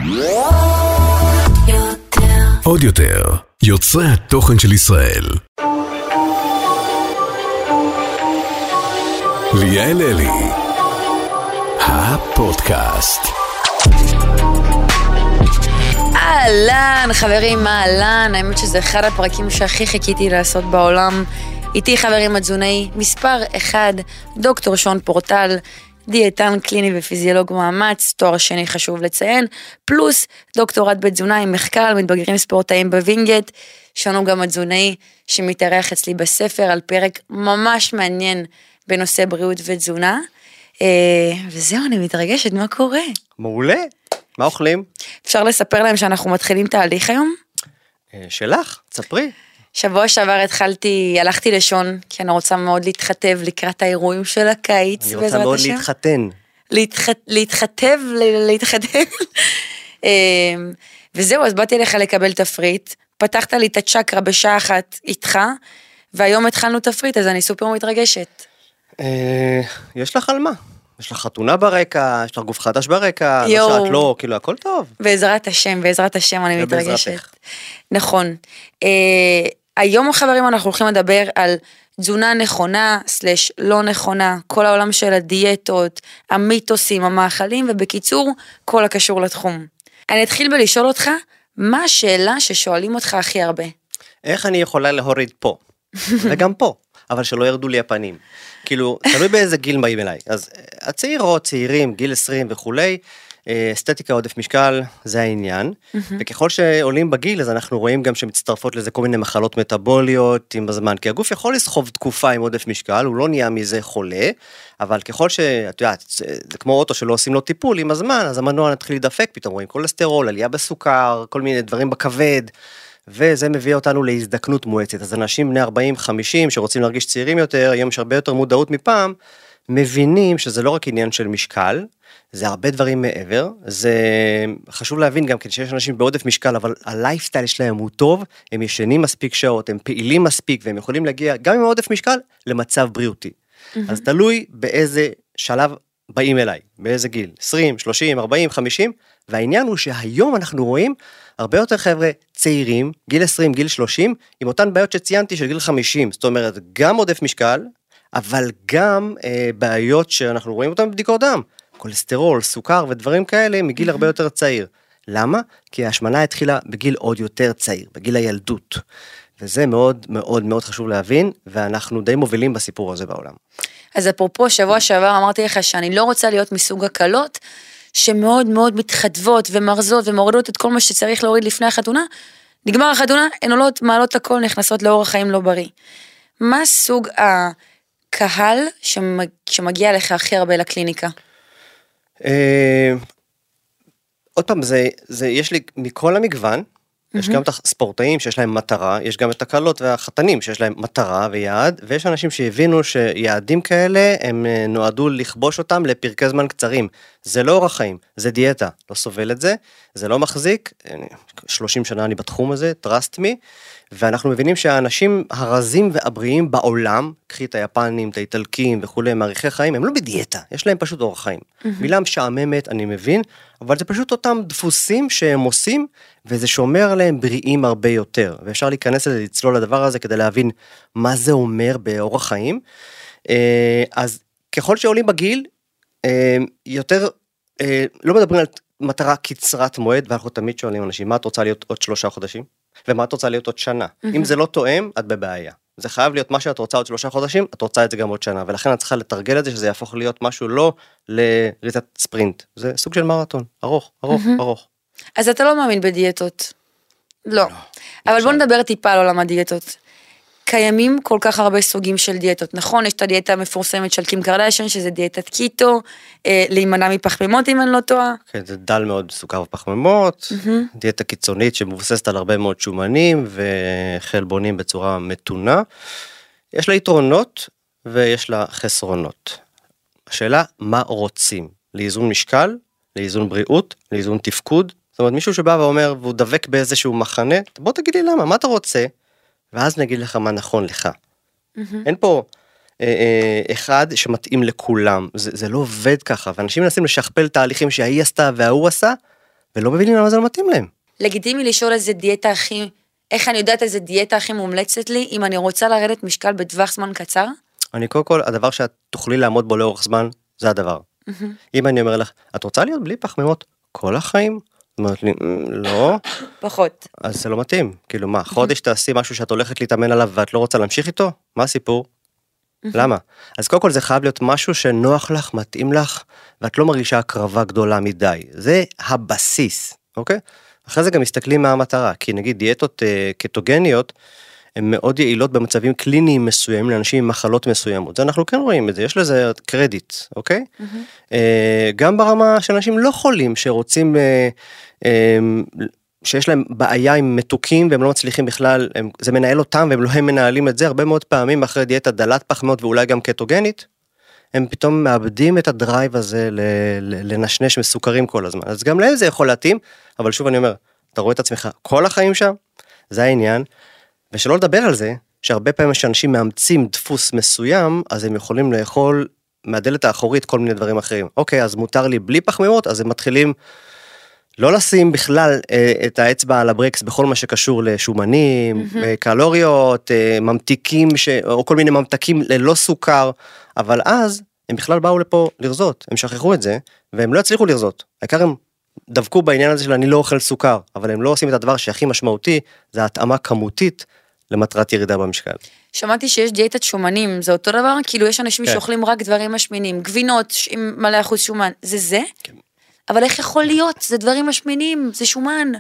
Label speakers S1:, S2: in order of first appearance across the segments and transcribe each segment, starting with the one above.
S1: עוד יותר, יוצרי התוכן של ישראל. ליאל אלי, הפודקאסט.
S2: אהלן, חברים, אהלן. האמת שזה אחד הפרקים שהכי חיכיתי לעשות בעולם. איתי חברים התזונאי, מספר 1, דוקטור שון פורטל, דיאטן קליני ופיזיולוג מאמץ, תואר שני חשוב לציין, פלוס דוקטורט בתזונה עם מחקר על מתבגרים ספורטאים בווינגייט. שון הוא גם התזונאי שמתארח אצלי בספר על פרק ממש מעניין בנושא בריאות ותזונה. וזהו, אני מתרגשת, מה קורה?
S3: מעולה, מה אוכלים?
S2: אפשר לספר להם שאנחנו מתחילים תהליך היום?
S3: שלך, תספרי.
S2: שבוע שעבר הלכתי לשון, כי אני רוצה מאוד להתחתב לקראת האירועים של הקיץ.
S3: אני רוצה מאוד להתחתן.
S2: להתחתב. וזהו, אז באתי לך לקבל תפריט, פתחת לי את הצ'קרה בשעה אחת איתך, והיום התחלנו תפריט, אז אני סופר מתרגשת.
S3: יש לך על מה? יש לך חתונה ברקע, יש לך גוף חדש ברקע, לא שאת לא, כאילו הכל טוב.
S2: בעזרת השם אני מתרגשת. נכון. היום החברים אנחנו הולכים לדבר על תזונה נכונה, לא נכונה, כל העולם של הדיאטות, המיתוסים, המאכלים, ובקיצור, כל הקשור לתחום. אני אתחיל בלשאול אותך, מה השאלה ששואלים אותך הכי הרבה?
S3: איך אני יכולה להוריד פה? וגם פה, אבל שלא ירדו לי הפנים. כאילו, תלוי באיזה גיל באים אליי. אז הצעירות, צעירים, גיל 20 וכולי, אסתטיקה עודף משקל, זה העניין. וככל שעולים בגיל, אז אנחנו רואים גם שמצטרפות לזה כל מיני מחלות מטאבוליות עם הזמן, כי הגוף יכול לסחוב תקופה עם עודף משקל, הוא לא נהיה מזה חולה, אבל ככל שאת יודעת, זה כמו אוטו שלא עושים לו טיפול עם הזמן, אז המנוע נתחיל לדפק, פתאום רואים קולסטרול, עלייה בסוכר, כל מיני דברים בכבד, וזה מביא אותנו להזדקנות מואצת. אז אנשים בני 40-50 שרוצים להרגיש צעירים יותר, היום יש הרבה יותר מודעות מפעם, מבינים שזה לא רק עניין של משקל, זה הרבה דברים מעבר, זה חשוב להבין גם כן שיש אנשים בעודף משקל, אבל הלייפסטייל שלהם הוא טוב, הם ישנים מספיק שעות, הם פעילים מספיק, והם יכולים להגיע גם עם העודף משקל למצב בריאותי. אז תלוי באיזה שלב באים אליי, באיזה גיל, 20, 30, 40, 50, והעניין הוא שהיום אנחנו רואים הרבה יותר חבר'ה צעירים, גיל 20, גיל 30, עם אותן בעיות שציינתי של גיל 50, זאת אומרת גם עודף משקל, אבל גם בעיות שאנחנו רואים אותן בבדיקות דם, קולסטרול, סוכר ודברים כאלה מגיל הרבה יותר צעיר. למה? כי ההשמנה התחילה בגיל עוד יותר צעיר, בגיל הילדות. וזה מאוד מאוד מאוד חשוב להבין, ואנחנו די מובילים בסיפור הזה בעולם.
S2: אז אפרופו, שבוע שעבר אמרתי לך שאני לא רוצה להיות מסוג הקלות, שמאוד מאוד מתחדבות ומרזות ומורידות את כל מה שצריך להוריד לפני החתונה, נגמר החתונה, הן עולות, מעלות הכל, נכנסות לאורח חיים לא בריא. מה סוג הקהל שמגיע לך הכי הרבה לקליניקה?
S3: עוד פעם, יש לי מכל המגוון, יש גם את הספורטאים שיש להם מטרה, יש גם את הקהלות והחתנים שיש להם מטרה ויעד, ויש אנשים שהבינו שיעדים כאלה, הם נועדו לכבוש אותם לפרקי זמן קצרים. זה לא אורח חיים, זה דיאטה, לא סובל את זה, זה לא מחזיק, 30 שנה אני בתחום הזה, trust me, ואנחנו מבינים שהאנשים הרזים והבריאים בעולם, קחי את היפנים, את האיטלקים וכולי, מעריכי חיים, הם לא בדיאטה, יש להם פשוט אורח חיים. מילה משעממת, אני מבין, אבל זה פשוט אותם דפוסים שהם עושים, וזה שומר עליהם בריאים הרבה יותר, ואפשר להיכנס לזה, לצלול לדבר הזה, כדי להבין מה זה אומר באורח חיים. אז ככל שעולים בגיל, יותר, לא מדברים על מטרה קצרת מועד, ואנחנו תמיד שואלים אנשים, מה את רוצה להיות עוד 3 חודשים? ומה את רוצה להיות עוד שנה? אם זה לא תואם, את בבעיה. זה חייב להיות מה שאת רוצה עוד 3 חודשים, את רוצה את זה גם עוד שנה, ולכן את צריכה לתרגל את זה, שזה יהפוך להיות משהו לא לריצת ספרינט. זה סוג של מרתון, ארוך, ארוך, ארוך.
S2: אז אתה לא מאמין בדיאטות? לא. אבל בוא נדבר טיפה על עולם הדיאטות. קיימים כל כך הרבה סוגים של דיאטות, נכון? יש את הדיאטה המפורסמת של קים קרדשן, שזה דיאטת קיטו, להימנע מפחמימות אם אני לא טועה.
S3: כן, זה דל מאוד סוכר ופחמימות, דיאטה קיצונית שמבוססת על הרבה מאוד שומנים וחלבונים בצורה מתונה. יש לה יתרונות ויש לה חסרונות. השאלה, מה רוצים? לאיזון משקל, לאיזון בריאות, לאיזון תפקוד? זאת אומרת, מישהו שבא ואומר, והוא דבק באיזשהו מחנה, בוא תגיד לי למה, מה אתה רוצה? ואז נגיד לך מה נכון לך. אין פה אחד שמתאים לכולם, זה לא עובד ככה, ואנשים מנסים לשכפל תהליכים שהיא עשתה והוא עשה, ולא מבינים למה זה לא מתאים להם.
S2: לגיטימי לשאול איזה דיאטה איך אני יודעת איזה דיאטה הכי מומלצת לי, אם אני רוצה לרדת משקל בטווח זמן קצר?
S3: אני קודם כל, הדבר שאת תוכלי לעמוד בו לאורך זמן, זה הדבר. אם אני אומר לך, את רוצה להיות בלי פחמימות כל החיים? אומרת לי, לא.
S2: פחות.
S3: אז זה לא מתאים. כאילו מה, חודש תעשי משהו שאת הולכת להתאמן עליו ואת לא רוצה להמשיך איתו? מה הסיפור? למה? אז קודם כל זה חייב להיות משהו שנוח לך, מתאים לך, ואת לא מרגישה הקרבה גדולה מדי. זה הבסיס, אוקיי? אחרי זה גם מסתכלים מה המטרה, כי נגיד דיאטות קטוגניות, הן מאוד יעילות במצבים קליניים מסוימים, לאנשים עם מחלות מסוימות. זה אנחנו כן רואים את זה, יש לזה קרדיט, אוקיי? גם ברמה של אנשים לא חולים, שרוצים, שיש להם בעיה עם מתוקים, והם לא מצליחים בכלל, זה מנהל אותם, והם לא הם מנהלים את זה, הרבה מאוד פעמים אחרי דיאטה דלת פחמימות, ואולי גם קטוגנית, הם פתאום מאבדים את הדרייב הזה, לנשנש מסוכרים כל הזמן. אז גם להם זה יכול להתאים, אבל שוב אני אומר, אתה רואה את עצמך כל החיים שם, זה העניין, ושלא לדבר על זה, שהרבה פעמים שאנשים מאמצים דפוס מסוים, אז הם יכולים לאכול מהדלת האחורית כל מיני דברים אחרים. אוקיי, אז מותר לי בלי פחמימות, אז הם מתחילים לא לשים בכלל את האצבע על הברקס בכל מה שקשור לשומנים, קלוריות, ממתיקים, או כל מיני ממתקים ללא סוכר, אבל אז הם בכלל באו לפה לרזות, הם שכחו את זה, והם לא הצליחו לרזות. העיקר הם דווקו בעניין הזה של אני לא אוכל סוכר, אבל הם לא עושים את הדבר שהכי משמעותי, זה התאמה כמותית למטרת ירידה במשקל.
S2: שמעתי שיש דיאטת שומנים, זה אותו דבר? כאילו יש אנשים שאוכלים רק דברים משמינים, גבינות עם מלא אחוז שומן, זה זה? כן. אבל איך יכול להיות? זה דברים משמינים, זה שומן.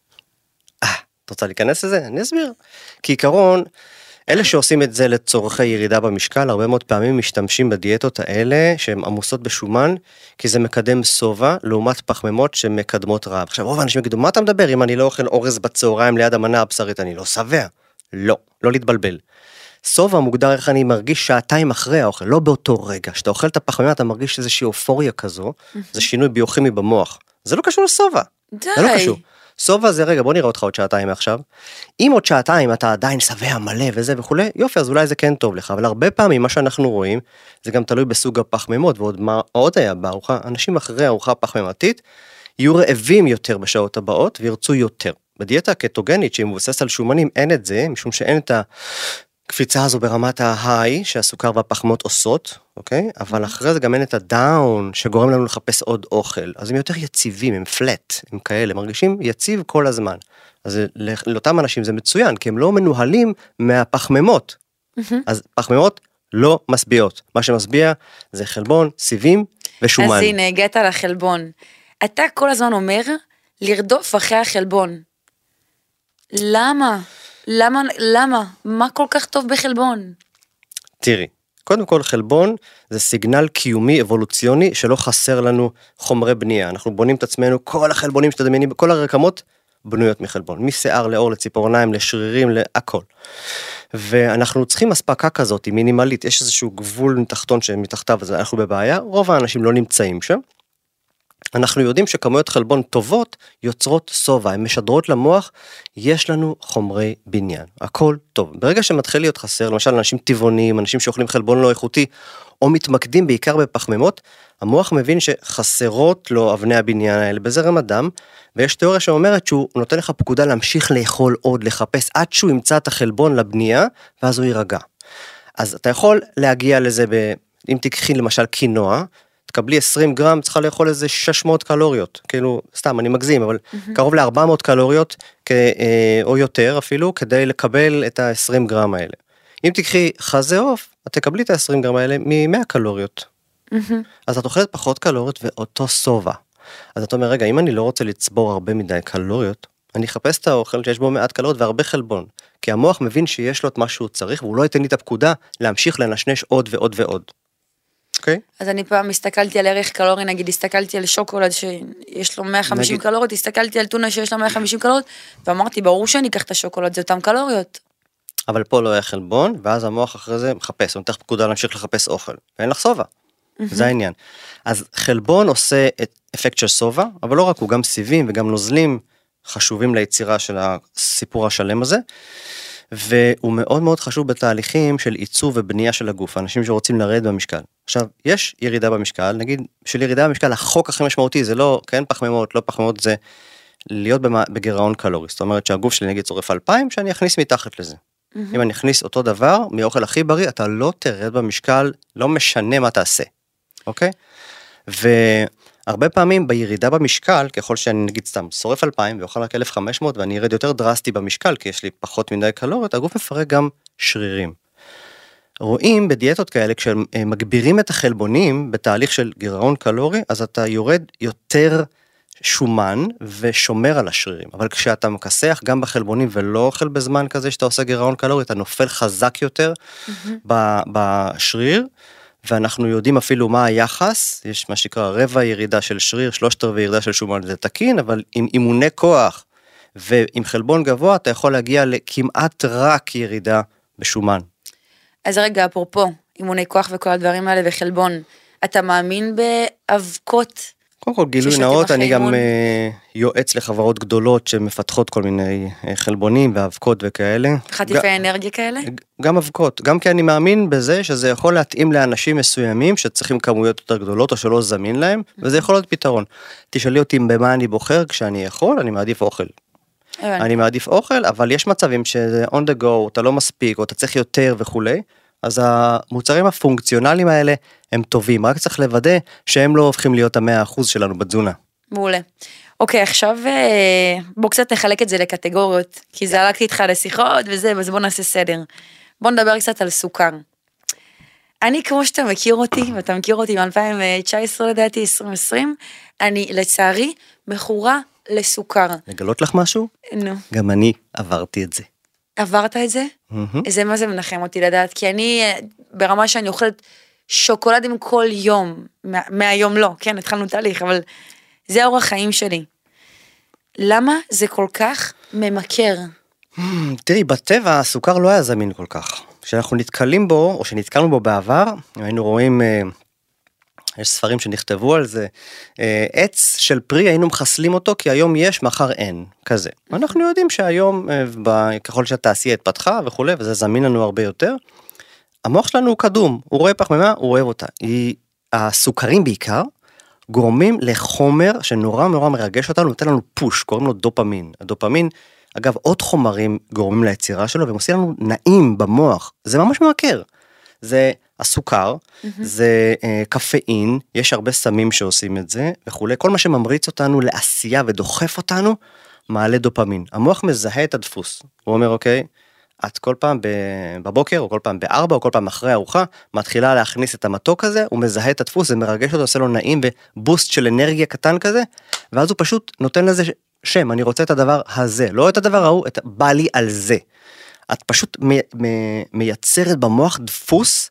S3: את רוצה להיכנס לזה? אני אסביר. כי עיקרון, אלה שעושים את זה לצורכי ירידה במשקל, הרבה מאוד פעמים משתמשים בדיאטות האלה, שהן עמוסות בשומן, כי זה מקדם סובה, לעומת פחמימות שמקדמות רעב. עכשיו, רוב האנשים יגידו, מה אתה מדבר? אם אני לא אוכל אורז בצהריים ליד המנה הבשרית, אני לא שבע. לא, לא להתבלבל. סובה מוגדר איך אני מרגיש שעתיים אחרי האוכל, לא באותו רגע. כשאתה אוכל את הפחמימה, אתה מרגיש איזושהי אופוריה כזו, זה שינוי ביוכימי במוח. זה לא קשור לסובה.
S2: די.
S3: זה לא קשור. סובה זה רגע, בוא נראה אותך עוד שעתיים עכשיו. אם עוד שעתיים אתה עדיין שבע מלא וזה וכו', יופי, אז אולי זה כן טוב לך. אבל הרבה פעמים מה שאנחנו רואים, זה גם תלוי בסוג הפחמימות, ועוד מה עוד היה בארוחה, אנשים אחרי ארוחה פחמימתית, יהיו רעבים יותר בשעות הבאות, וירצו יותר. בדיאטה הקטוגנית, שהיא מבוססת על שומנים, אין את זה, משום שאין את הקפיצה הזו ברמת ההיי, שהסוכר והפחמות עושות, אוקיי? אבל אחרי זה גם אין את הדאון, שגורם לנו לחפש עוד אוכל. אז הם יותר יציבים, הם פלט, הם כאלה, מרגישים יציב כל הזמן. אז לאותם אנשים זה מצוין, כי הם לא מנוהלים מהפחממות. אז פחממות לא משביעות. מה שמשביע זה חלבון, סיבים ושומן.
S2: אז הנה, הגעת לחלבון. אתה כל הזמן אומר, לרדוף אחרי החלבון. למה? למה? מה כל כך טוב בחלבון?
S3: תראי, קודם כל חלבון זה סיגנל קיומי אבולוציוני שלא חסר לנו חומרי בנייה. אנחנו בונים את עצמנו, כל החלבונים שאתה דמיינים, כל הרקמות בנויות מחלבון. משיער לאור, לציפורניים, לשרירים, להכל. ואנחנו צריכים הספקה כזאת, מינימלית, יש איזשהו גבול תחתון שמתחתיו, אז אנחנו בבעיה, רוב האנשים לא נמצאים שם. אנחנו יודעים שכמויות חלבון טובות יוצרות סובה, הן משדרות למוח, יש לנו חומרי בניין, הכל טוב. ברגע שמתחיל להיות חסר, למשל אנשים טבעוניים, אנשים שאוכלים חלבון לא איכותי, או מתמקדים בעיקר בפחמימות, המוח מבין שחסרות לו אבני הבניין האלה בזרם הדם, ויש תיאוריה שאומרת שהוא נותן לך פקודה להמשיך לאכול עוד, לחפש עד שהוא ימצא את החלבון לבנייה, ואז הוא יירגע. אז אתה יכול להגיע לזה, אם תיקחי למשל קינוע, תקבלי 20 גרם, צריכה לאכול איזה 600 קלוריות, כאילו, סתם, אני מגזים, אבל קרוב ל-400 קלוריות, או יותר אפילו, כדי לקבל את ה-20 גרם האלה. אם תקחי חזה עוף, את תקבלי את ה-20 גרם האלה מ-100 קלוריות. אז את אוכלת פחות קלוריות ואותו סובה. אז אתה אומר, רגע, אם אני לא רוצה לצבור הרבה מדי קלוריות, אני אחפש את האוכל שיש בו מעט קלוריות והרבה חלבון, כי המוח מבין שיש לו את מה שהוא צריך, והוא לא ייתן לי את הפקודה להמשיך לנשנש עוד ועוד ועוד. Okay.
S2: אז אני פעם הסתכלתי על ערך קלורי, נגיד הסתכלתי על שוקולד שיש לו 150 קלוריות, הסתכלתי על טונה שיש לו 150 קלוריות, ואמרתי, ברור שאני אקח את השוקולד, זה אותם קלוריות.
S3: אבל פה לא היה חלבון, ואז המוח אחרי זה מחפש, הוא נתח פקודה להמשיך לחפש אוכל, ואין לך סובה, זה העניין. אז חלבון עושה אפקט של סובה, אבל לא רק, הוא גם סיבים וגם נוזלים חשובים ליצירה של הסיפור השלם הזה, והוא מאוד מאוד חשוב בתהליכים של עיצוב ובנייה של הגוף, אנשים שרוצים לרדת במשקל. עכשיו, יש ירידה במשקל, נגיד, של ירידה במשקל, החוק הכי משמעותי, זה לא, כן, פחמימות, לא פחמימות, זה להיות בגירעון קלורי, זאת אומרת שהגוף שלי נגיד צורף 2,000, שאני אכניס מתחת לזה. אם אני אכניס אותו דבר, מאוכל הכי בריא, אתה לא תרד במשקל, לא משנה מה תעשה, אוקיי? והרבה פעמים בירידה במשקל, ככל שאני נגיד סתם שורף 2,000 ואוכל רק 1,500, ואני ארד יותר דרסטי במשקל, כי יש לי פחות מדי קלוריות, הגוף מפרק גם שרירים. רואים בדיאטות כאלה, כשהם מגבירים את החלבונים בתהליך של גירעון קלורי, אז אתה יורד יותר שומן ושומר על השרירים. אבל כשאתה מכסח גם בחלבונים ולא אוכל בזמן כזה שאתה עושה גירעון קלורי, אתה נופל חזק יותר בשריר, ואנחנו יודעים אפילו מה היחס, יש מה שנקרא רבע ירידה של שריר, 3/4 ירידה של שומן, זה תקין, אבל עם אימוני כוח ועם חלבון גבוה, אתה יכול להגיע לכמעט רק ירידה בשומן.
S2: אז רגע, אפרופו, אימוני כוח וכל הדברים האלה וחלבון, אתה מאמין באבקות?
S3: קודם כל, גילוי נאות, אני גם יועץ לחברות גדולות שמפתחות כל מיני חלבונים ואבקות וכאלה.
S2: חטיפי אנרגיה כאלה?
S3: גם אבקות, גם כי אני מאמין בזה שזה יכול להתאים לאנשים מסוימים שצריכים כמויות יותר גדולות או שלא זמין להם, וזה יכול להיות פתרון. תשאלי אותי במה אני בוחר כשאני יכול, אני מעדיף אוכל. אני מעדיף אוכל, אבל יש מצבים שזה on the go, אתה לא מספיק, או אתה צריך יותר וכולי, אז המוצרים הפונקציונליים האלה הם טובים, רק צריך לוודא שהם לא הופכים להיות 100% שלנו בתזונה.
S2: מעולה. אוקיי, עכשיו בוא קצת נחלק את זה לקטגוריות, כי זה הלכתי איתך לשיחות וזה, אז בוא נעשה סדר. בוא נדבר קצת על סוכר. אני, כמו שאתה מכיר אותי, ואתה מכיר אותי מ-2019 לדעתי, 2020, אני לצערי מכורה לסוכר.
S3: לגלות לך משהו?
S2: נו.
S3: גם אני עברתי את זה.
S2: עברת את זה? זה מה זה מנחם אותי לדעת, כי אני ברמה שאני אוכלת שוקולדים כל יום, מהיום לא, כן, התחלנו תהליך, אבל זה אורח חיים שלי. למה זה כל כך ממכר?
S3: תראי, בטבע הסוכר לא היה זמין כל כך. כשאנחנו נתקלים בו, או שנתקלנו בו בעבר, היינו רואים, יש ספרים שנכתבו על זה, עץ של פרי היינו מחסלים אותו, כי היום יש, מחר אין, כזה. אנחנו יודעים שהיום, ככל שהתעשייה התפתחה וכו', וזה זמין לנו הרבה יותר, המוח שלנו הוא קדום, הוא רואה פחמימה, הוא אוהב אותה. הסוכרים בעיקר, גורמים לחומר שנורא נורא מרגש אותנו, נותן לנו פוש, קוראים לו דופמין. הדופמין, אגב, עוד חומרים גורמים ליצירה שלו, והם עושים לנו נעים במוח. זה ממש ממכר. זה הסוכר, זה קפאין, יש הרבה סמים שעושים את זה, וכו'. כל מה שממריץ אותנו לעשייה ודוחף אותנו, מעלה דופמין. המוח מזהה את הדפוס. הוא אומר, אוקיי, את כל פעם בבוקר, או כל פעם ב4, או כל פעם אחרי הארוחה, מתחילה להכניס את המתוק הזה, הוא מזהה את הדפוס, זה מרגש אותו, עושה לו נעים ובוסט של אנרגיה קטן כזה, ואז הוא פשוט נותן לזה שם, אני רוצה את הדבר הזה, לא את הדבר ההוא, בא לי על זה. את פשוט מייצרת במוח דפוס,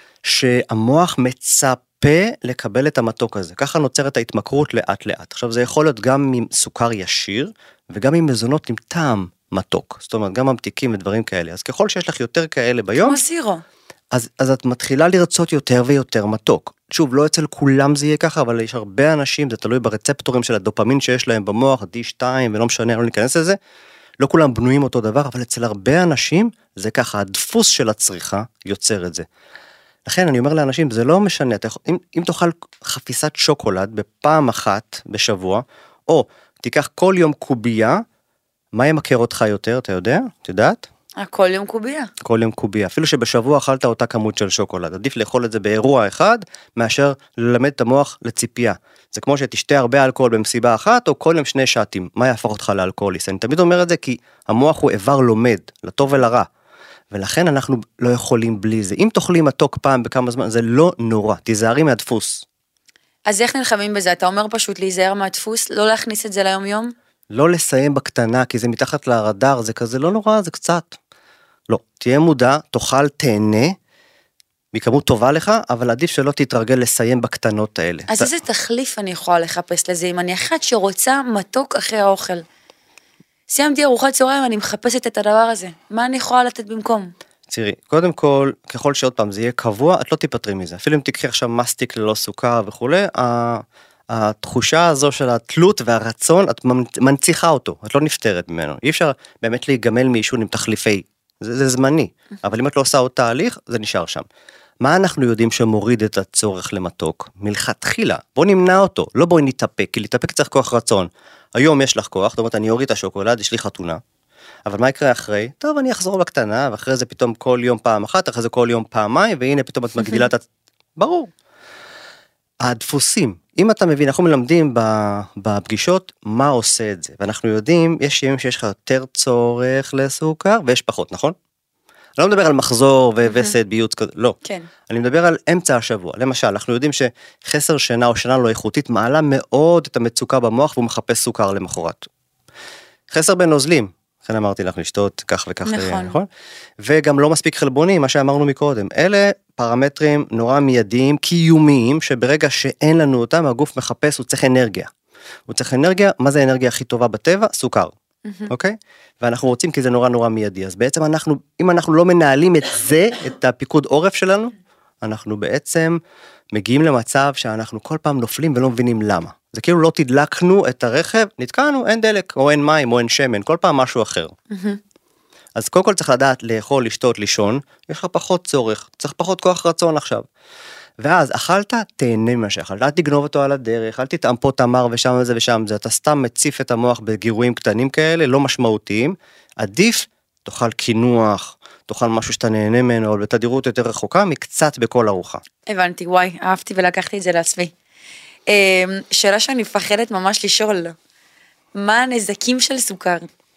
S3: שהמוח מצפה לקבל את המתוק הזה. ככה נוצרת ההתמכרות לאט לאט. עכשיו זה יכול להיות גם עם סוכר ישיר, וגם עם מזונות עם טעם מתוק. זאת אומרת, גם ממתיקים ודברים כאלה. אז ככל שיש לך יותר כאלה ביום,
S2: כמו סירו.
S3: אז את מתחילה לרצות יותר ויותר מתוק. שוב, לא אצל כולם זה יהיה ככה, אבל יש הרבה אנשים, זה תלוי ברצפטורים של הדופמין שיש להם במוח, D2, ולא משנה, לא ניכנס לזה. לא כולם בנויים אותו דבר, אבל אצל הרבה אנשים, זה ככה, הדפוס של הצריכה יוצר את זה. לכן אני אומר לאנשים, זה לא משנה, אם תאכל חפיסת שוקולד בפעם אחת בשבוע, או תיקח כל יום קובייה, מה ימכר אותך יותר, אתה יודע? את יודעת?
S2: כל יום קובייה.
S3: כל יום קובייה, אפילו שבשבוע אכלת אותה כמות של שוקולד, עדיף לאכול את זה באירוע אחד, מאשר ללמד את המוח לציפייה. זה כמו שתשתה הרבה אלכוהול במסיבה אחת, או כל יום 2 שעתים, מה יהפוך אותך לאלכוהוליסט? אני תמיד אומר את זה, כי המוח הוא איבר לומד, לטוב ולרע. ולכן אנחנו לא יכולים בלי זה. אם תאכלי מתוק פעם בכמה זמן, זה לא נורא, תיזהרי מהדפוס.
S2: אז איך נלחמים בזה? אתה אומר פשוט להיזהר מהדפוס, לא להכניס את זה ליום יום?
S3: לא לסיים בקטנה, כי זה מתחת לרדאר, זה כזה לא נורא, זה קצת. לא, תהיה מודע, תאכל, תהנה, מכמות טובה לך, אבל עדיף שלא תתרגל לסיים בקטנות האלה.
S2: אז איזה תחליף אני יכולה לחפש לזה, אם אני אחת שרוצה מתוק אחרי האוכל? סיימתי ארוחת צהריים, אני מחפשת את הדבר הזה. מה אני יכולה לתת במקום?
S3: תראי, קודם כל, ככל שעוד פעם זה יהיה קבוע, את לא תיפטרי מזה. אפילו אם תקחי עכשיו מסטיק ללא סוכר וכו', התחושה הזו של התלות והרצון, את מנציחה אותו, את לא נפטרת ממנו. אי אפשר באמת להיגמל מעישון עם תחליפי זה זמני, אבל אם את לא עושה עוד תהליך, זה נשאר שם. מה אנחנו יודעים שמוריד את הצורך למתוק? מלכתחילה, בוא נמנע אותו, לא בואי נתאפק, כי להתאפק צריך כוח רצון. היום יש לך כוח, זאת אומרת, אני אוריד את השוקולד, יש לי חתונה, אבל מה יקרה אחרי? טוב, אני אחזור בקטנה, ואחרי זה פתאום כל יום פעם אחת, אחרי זה כל יום פעמיים, והנה פתאום את מגדילה את ברור. הדפוסים, אם אתה מבין, אנחנו מלמדים בפגישות מה עושה את זה, ואנחנו יודעים, יש ימים שיש לך יותר צורך לסוכר, ויש פחות, נכון? אני לא מדבר על מחזור וווסת, ביוץ כזה, לא.
S2: כן.
S3: אני מדבר על אמצע השבוע. למשל, אנחנו יודעים שחסר שינה או שינה לא איכותית, מעלה מאוד את המצוקה במוח, והוא מחפש סוכר למחרת. חסר בנוזלים, לכן אמרתי לך לשתות כך וכך, נכון? וגם לא מספיק חלבוני, מה שאמרנו מקודם. אלה פרמטרים נורא מיידיים, קיומיים, שברגע שאין לנו אותם, הגוף מחפש, הוא צריך אנרגיה. הוא צריך אנרגיה, מה זה האנרגיה הכי טובה בטבע? סוכר. אוקיי? ואנחנו רוצים כי זה נורא נורא מיידי. אז בעצם אם אנחנו לא מנהלים את זה, את הפיקוד עורף שלנו, אנחנו בעצם מגיעים למצב שאנחנו כל פעם נופלים ולא מבינים למה. זה כאילו לא תדלקנו את הרכב, נתקענו, אין דלק, או אין מים, או אין שמן, כל פעם משהו אחר. אז קודם כל צריך לדעת לאכול, לשתות, לישון, יש לך פחות צורך, צריך פחות כוח רצון עכשיו. ואז אכלת, תהנה ממה שאכלת, אל תגנוב אותו על הדרך, אל תטעם פה תמר ושם וזה ושם זה, אתה סתם מציף את המוח בגירויים קטנים כאלה, לא משמעותיים, עדיף, תאכל קינוח, תאכל משהו שאתה נהנה ממנו, אבל בתדירות יותר רחוקה, מקצת בכל ארוחה.
S2: הבנתי, וואי, אהבתי ולקחתי את זה לעצמי. שאלה שאני מפחדת ממש לשאול, מה הנזקים של סוכר?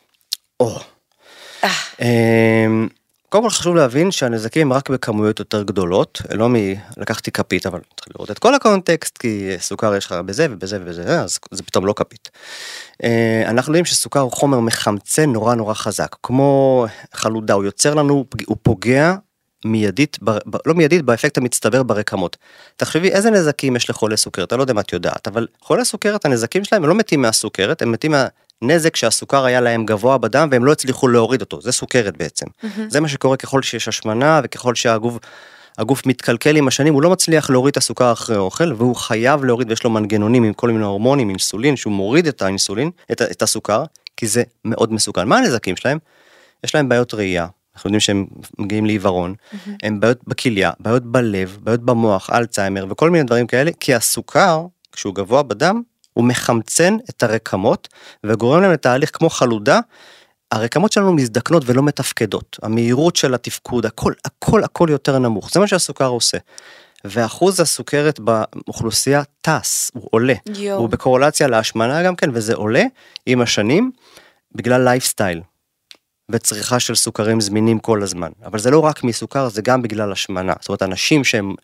S3: קודם כל חשוב להבין שהנזקים הם רק בכמויות יותר גדולות, לא לקחתי כפית, אבל צריך לראות את כל הקונטקסט, כי סוכר יש לך בזה ובזה ובזה, אז זה פתאום לא כפית. אנחנו יודעים שסוכר הוא חומר מחמצן נורא נורא חזק, כמו חלודה, הוא יוצר לנו, הוא פוגע מיידית, לא מיידית, באפקט המצטבר ברקמות. תחשבי איזה נזקים יש לחולי סוכרת, אני לא יודע מה את יודעת, אבל חולי סוכרת, הנזקים שלהם הם לא מתים מהסוכרת, הם מתים נזק שהסוכר היה להם גבוה בדם, והם לא הצליחו להוריד אותו, זה סוכרת בעצם. זה מה שקורה ככל שיש השמנה, וככל שהגוף מתקלקל עם השנים, הוא לא מצליח להוריד את הסוכר אחרי האוכל, והוא חייב להוריד, ויש לו מנגנונים עם כל מיני הורמונים, אינסולין, שהוא מוריד את האינסולין, את הסוכר, כי זה מאוד מסוכן. מה הנזקים שלהם? יש להם בעיות ראייה, אנחנו יודעים שהם מגיעים לעיוורון, הם בעיות בכליה, בעיות בלב, בעיות במוח, אלצהיימר, וכל מיני דברים כאלה, כי הסוכר, כשהוא גבוה בדם, הוא מחמצן את הרקמות, וגורם להם לתהליך כמו חלודה, הרקמות שלנו מזדקנות ולא מתפקדות, המהירות של התפקוד, הכל יותר נמוך, זה מה שהסוכר עושה, ואחוז הסוכרת באוכלוסייה טס, הוא עולה, הוא בקורלציה להשמנה גם כן, וזה עולה עם השנים, בגלל לייפסטייל, וצריכה של סוכרים זמינים כל הזמן, אבל זה לא רק מסוכר, זה גם בגלל השמנה, זאת אומרת, אנשים שהם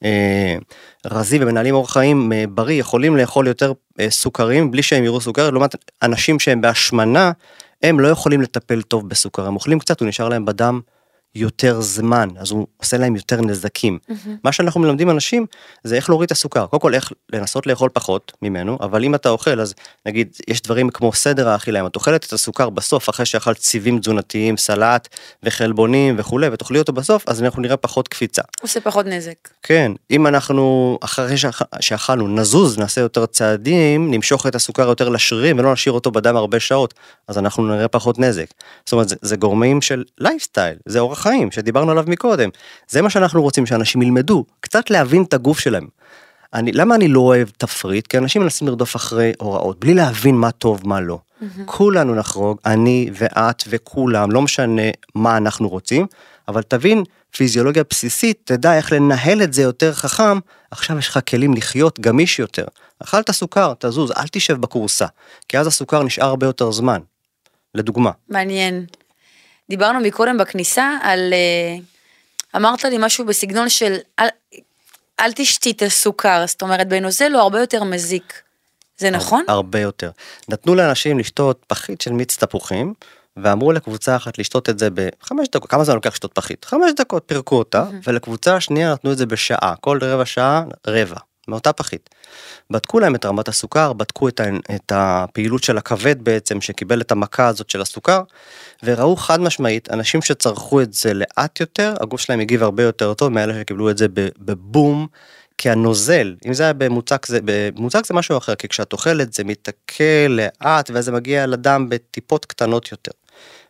S3: רזים ומנהלים אורח חיים בריא, יכולים לאכול יותר סוכרים, בלי שהם יראו סוכר, לעומת אנשים שהם בהשמנה, הם לא יכולים לטפל טוב בסוכר, הם אוכלים קצת, הוא נשאר להם בדם יותר זמן, אז הוא עושה להם יותר נזקים. מה שאנחנו מלמדים אנשים, זה איך להוריד את הסוכר, קודם כל איך לנסות לאכול פחות ממנו, אבל אם אתה אוכל, אז נגיד, יש דברים כמו סדר האכילה, אם את אוכלת את הסוכר בסוף, אחרי שאכלת ציבים תזונתיים, סלט וחלבונים וכו', ותאכלי אותו בסוף, אז אנחנו נראה פחות קפיצה.
S2: עושה פחות נזק.
S3: כן, אם אנחנו, אחרי שאכלנו, נזוז, נעשה יותר צעדים, נמשוך את הסוכר יותר לשרירים, ולא נשאיר אותו בדם הרבה שעות, אז אנחנו נראה פחות נזק. זאת אומרת, זה גורמים של לייפסטייל, זה אורח חיים שדיברנו עליו מקודם. זה מה שאנחנו רוצים שאנשים ילמדו, קצת להבין את הגוף שלהם. למה אני לא אוהב תפריט? כי אנשים מנסים לרדוף אחרי הוראות, בלי להבין מה טוב, מה לא. כולנו נחרוג, אני ואת וכולם, לא משנה מה אנחנו רוצים, אבל תבין, פיזיולוגיה בסיסית, תדע איך לנהל את זה יותר חכם, עכשיו יש לך כלים לחיות גמיש יותר. אכלת סוכר, תזוז, אל תשב בקורסה, כי אז הסוכר נשאר הרבה יותר זמן. לדוגמה.
S2: מעניין. דיברנו מקודם בכניסה על, אמרת לי משהו בסגנון של, אל תשתי את הסוכר, זאת אומרת, בנוזל הוא הרבה יותר מזיק. זה נכון?
S3: הרבה יותר. נתנו לאנשים לשתות פחית של מיץ תפוחים, ואמרו לקבוצה אחת לשתות את זה ב5 דקות, כמה זמן לוקח לשתות פחית? 5 דקות, פירקו אותה, ולקבוצה השנייה נתנו את זה בשעה, כל רבע שעה, רבע, מאותה פחית. בדקו להם את רמת הסוכר, בדקו את הפעילות של הכבד בעצם, שקיבל את המכה הזאת של הסוכר, וראו חד משמעית, אנשים שצרכו את זה לאט יותר, הגוף שלהם הגיב הרבה יותר טוב, מאלה שקיבלו את זה בבום, כי הנוזל, אם זה היה במוצק, במוצק זה משהו אחר, כי כשאת אוכלת זה מתעכל לאט, וזה מגיע לדם בטיפות קטנות יותר.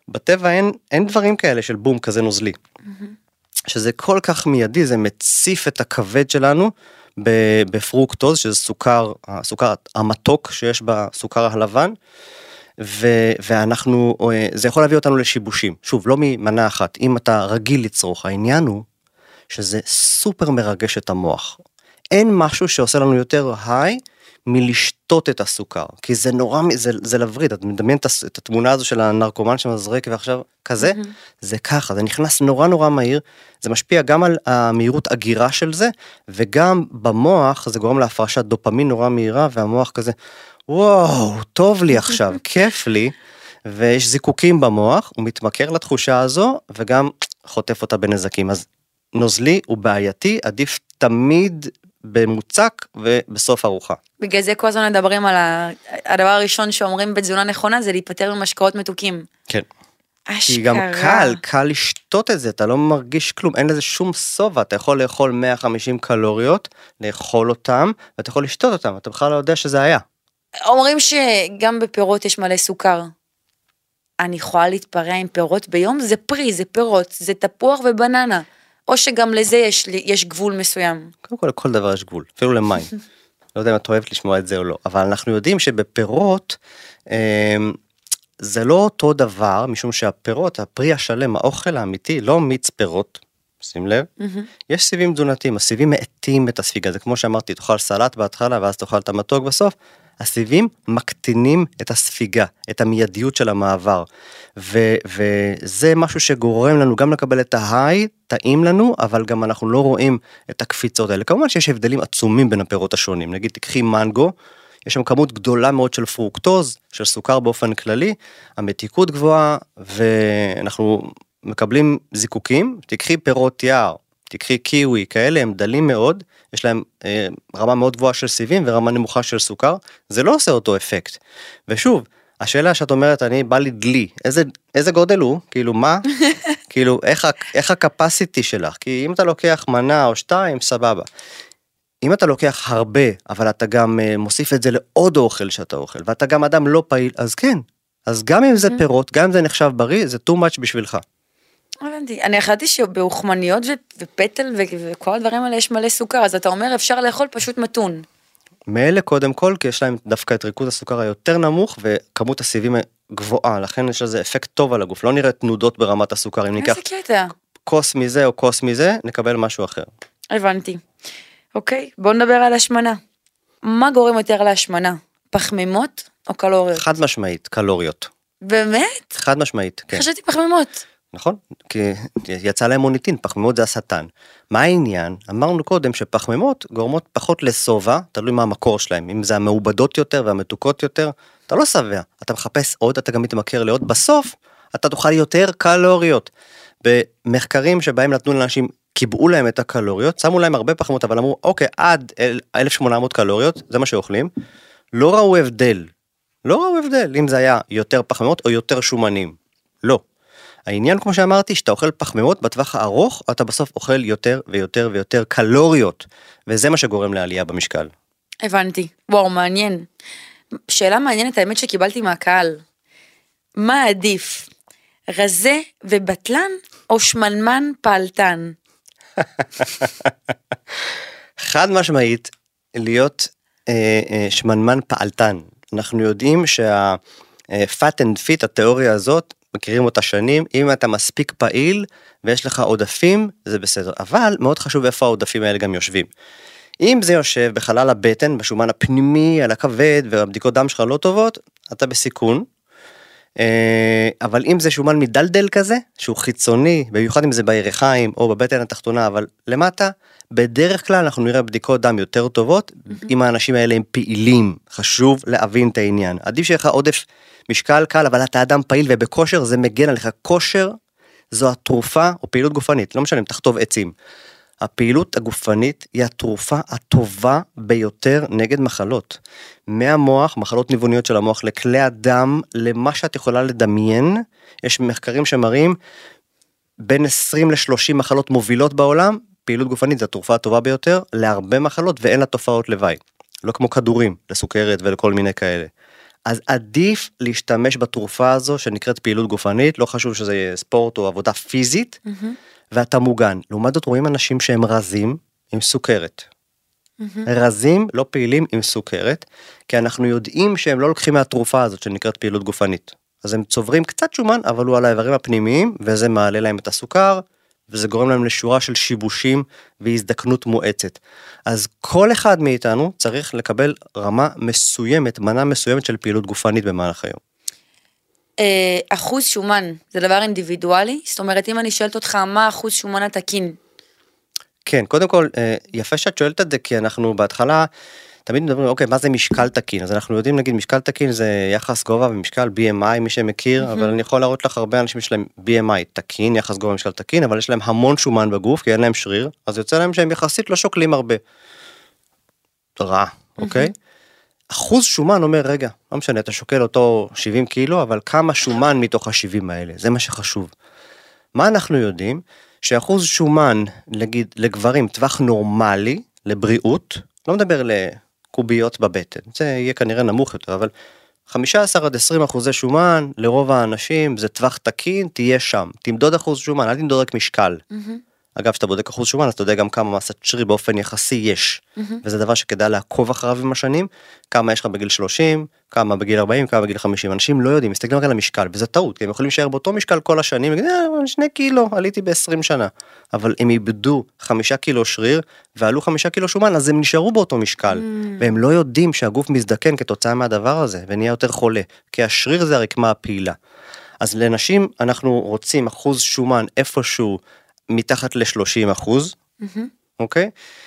S3: בטבע אין דברים כאלה של בום כזה נוזלי. שזה כל כך מיידי, זה מציף את הכבד שלנו בפרוקטוז, שזה סוכר המתוק שיש בסוכר הלבן, ואנחנו, זה יכול להביא אותנו לשיבושים. שוב, לא ממנה אחת, אם אתה רגיל לצרוך, העניין הוא שזה סופר מרגש את המוח. אין משהו שעושה לנו יותר היי מלשתות את הסוכר, כי זה נורא, זה לבריד, את מדמיין את התמונה הזו של הנרקומן שמזרק ועכשיו כזה, זה ככה, זה נכנס נורא נורא מהיר, זה משפיע גם על המהירות אגירה של זה, וגם במוח זה גורם להפרשת דופמין נורא מהירה, והמוח כזה, וואו, טוב לי עכשיו, כיף לי, ויש זיקוקים במוח, הוא מתמכר לתחושה הזו, וגם חוטף אותה בנזקים, אז נוזלי הוא בעייתי, עדיף תמיד במוצק ובסוף ארוחה.
S2: בגלל זה כל הזמן מדברים על הדבר הראשון שאומרים בתזונה נכונה, זה להיפטר ממשקאות מתוקים.
S3: כן.
S2: אשכרה.
S3: כי גם קל לשתות את זה, אתה לא מרגיש כלום, אין לזה שום סובה, אתה יכול לאכול 150 קלוריות, לאכול אותם, ואתה יכול לשתות אותם, אתה בכלל לא יודע שזה היה.
S2: אומרים שגם בפירות יש מלא סוכר. אני יכולה להתפרע עם פירות ביום, זה פרי, זה פירות, זה תפוח ובננה. או שגם לזה יש גבול מסוים.
S3: קודם כל, לכל דבר יש גבול, אפילו למים. לא יודע אם את אוהבת לשמוע את זה או לא, אבל אנחנו יודעים שבפירות, זה לא אותו דבר, משום שהפירות, הפרי השלם, האוכל האמיתי, לא מיץ פירות, שים לב, יש סיבים תזונתיים, הסיבים מאטים את הספיגה, זה כמו שאמרתי, תאכל סלט בהתחלה, ואז תאכל את המתוק בסוף, הסיבים מקטינים את הספיגה, את המיידיות של המעבר, וזה משהו שגורם לנו גם לקבל את ההיי, טעים לנו, אבל גם אנחנו לא רואים את הקפיצות האלה. כמובן שיש הבדלים עצומים בין הפירות השונים, נגיד תקחי מנגו, יש שם כמות גדולה מאוד של פרוקטוז, של סוכר באופן כללי, המתיקות גבוהה, ואנחנו מקבלים זיקוקים, תקחי פירות יער, תקחי קיווי, כאלה הם דלים מאוד, יש להם רמה מאוד גבוהה של סיבים ורמה נמוכה של סוכר, זה לא עושה אותו אפקט. ושוב, השאלה שאת אומרת, אני בא לי דלי, איזה גודל הוא? כאילו מה? כאילו איך הקפסיטי שלך? כי אם אתה לוקח מנה או שתיים, סבבה. אם אתה לוקח הרבה, אבל אתה גם מוסיף את זה לעוד אוכל שאתה אוכל, ואתה גם אדם לא פעיל, אז כן. אז גם אם זה פירות, גם אם זה נחשב בריא, זה too much בשבילך.
S2: הבנתי. אני החלטתי שבאוכמניות ופטל וכל הדברים האלה יש מלא סוכר, אז אתה אומר אפשר לאכול פשוט מתון.
S3: מאלה קודם כל, כי יש להם דווקא את ריכוז הסוכר היותר נמוך, וכמות הסיבים גבוהה, לכן יש לזה אפקט טוב על הגוף, לא נראה תנודות ברמת הסוכר, אם ניקח כוס מזה או כוס מזה, נקבל משהו אחר.
S2: הבנתי. אוקיי, בואו נדבר על השמנה. מה גורם יותר להשמנה? פחמימות או קלוריות?
S3: חד משמעית, קלוריות.
S2: באמת?
S3: חד משמעית, כן.
S2: חשבתי פחמימות.
S3: נכון, כי יצא להם מוניטין, פחמימות זה השטן. מה העניין? אמרנו קודם שפחמימות גורמות פחות לסובה, תלוי מה המקור שלהם, אם זה המעובדות יותר והמתוקות יותר, אתה לא שבע, אתה מחפש עוד, אתה גם מתמכר לעוד, בסוף אתה תאכל יותר קלוריות. במחקרים שבהם נתנו לאנשים, קיבעו להם את הקלוריות, שמו להם הרבה פחמימות, אבל אמרו, אוקיי, עד 1800 קלוריות, זה מה שאוכלים, לא ראו הבדל, אם זה היה יותר פחמימות או יותר שומנים, לא. העניין, כמו שאמרתי, שאתה אוכל פחמימות בטווח הארוך, אתה בסוף אוכל יותר ויותר ויותר קלוריות, וזה מה שגורם לעלייה במשקל.
S2: הבנתי. וואו, מעניין. שאלה מעניינת, האמת שקיבלתי מהקהל. מה עדיף? רזה ובטלן או שמנמן פעלתן?
S3: חד משמעית, להיות שמנמן פעלתן. אנחנו יודעים שה-fat and fit, התיאוריה הזאת, מכירים אותה שנים, אם אתה מספיק פעיל ויש לך עודפים, זה בסדר. אבל מאוד חשוב איפה העודפים האלה גם יושבים. אם זה יושב בחלל הבטן, בשומן הפנימי, על הכבד, והבדיקות דם שלך לא טובות, אתה בסיכון. אבל אם זה שומן מדלדל כזה, שהוא חיצוני, במיוחד אם זה בירכיים או בבטן התחתונה, אבל למטה, בדרך כלל אנחנו נראה בדיקות דם יותר טובות, אם האנשים האלה הם פעילים, חשוב להבין את העניין. עדיף שיהיה לך עודף משקל קל, אבל אתה אדם פעיל ובכושר זה מגן עליך. כושר זו התרופה או פעילות גופנית, לא משנה אם תחטוב עצים. הפעילות הגופנית היא התרופה הטובה ביותר נגד מחלות. מהמוח, מחלות ניווניות של המוח, לכלי הדם, למה שאת יכולה לדמיין, יש מחקרים שמראים בין 20 ל-30 מחלות מובילות בעולם, פעילות גופנית זה התרופה הטובה ביותר, להרבה מחלות ואין לה תופעות לוואי. לא כמו כדורים, לסוכרת ולכל מיני כאלה. אז עדיף להשתמש בתרופה הזו שנקראת פעילות גופנית, לא חשוב שזה יהיה ספורט או עבודה פיזית, ואתה מוגן. לעומת זאת רואים אנשים שהם רזים עם סוכרת. רזים לא פעילים עם סוכרת, כי אנחנו יודעים שהם לא לוקחים מהתרופה הזאת שנקראת פעילות גופנית. אז הם צוברים קצת שומן, אבל הוא על האיברים הפנימיים, וזה מעלה להם את הסוכר, וזה גורם להם לשורה של שיבושים והזדקנות מואצת. אז כל אחד מאיתנו צריך לקבל רמה מסוימת, מנה מסוימת של פעילות גופנית במהלך היום.
S2: אחוז שומן, זה דבר אינדיבידואלי? זאת אומרת, אם אני שואלת אותך, מה אחוז שומן התקין?
S3: כן, קודם כל, יפה שאת שואלת את זה, כי אנחנו בהתחלה, תמיד מדברים, אוקיי, מה זה משקל תקין? אז אנחנו יודעים, נגיד, משקל תקין זה יחס גובה ומשקל BMI, מי שמכיר, אבל אני יכול להראות לך הרבה אנשים שיש להם BMI תקין, יחס גובה ומשקל תקין, אבל יש להם המון שומן בגוף, כי אין להם שריר, אז יוצא להם שהם יחסית לא שוקלים הרבה. רע, אוקיי? אחוז שומן אומר, רגע, לא משנה, אתה שוקל אותו 70 קילו, אבל כמה שומן מתוך ה-70 האלה? זה מה שחשוב. מה אנחנו יודעים? שאחוז שומן, נגיד, לגברים, טווח נורמלי, לבריאות, לא מדבר לקוביות בבטן, זה יהיה כנראה נמוך יותר, אבל 15-20% שומן, לרוב האנשים, זה טווח תקין, תהיה שם. תמדוד אחוז שומן, אל תמדוד רק משקל. אגב, שאתה בודק אחוז שומן, אז אתה יודע גם כמה מסת שריר באופן יחסי יש. וזה דבר שכדאי לעקוב אחריו עם השנים, כמה יש לך בגיל 30, כמה בגיל 40, כמה בגיל 50. אנשים לא יודעים, מסתכלים רק על המשקל, וזה טעות, כי הם יכולים להישאר באותו משקל כל השנים, ויגידו, 2 קילו, עליתי ב-20 שנה. אבל הם איבדו 5 קילו שריר, ועלו 5 קילו שומן, אז הם נשארו באותו משקל. והם לא יודעים שהגוף מזדקן כתוצאה מהדבר הזה, ונהיה יותר חולה, כי השריר זה הרקמה הפעילה. אז לנשים אנחנו רוצים אחוז שומן איפשהו מתחת ל-30%, אוקיי?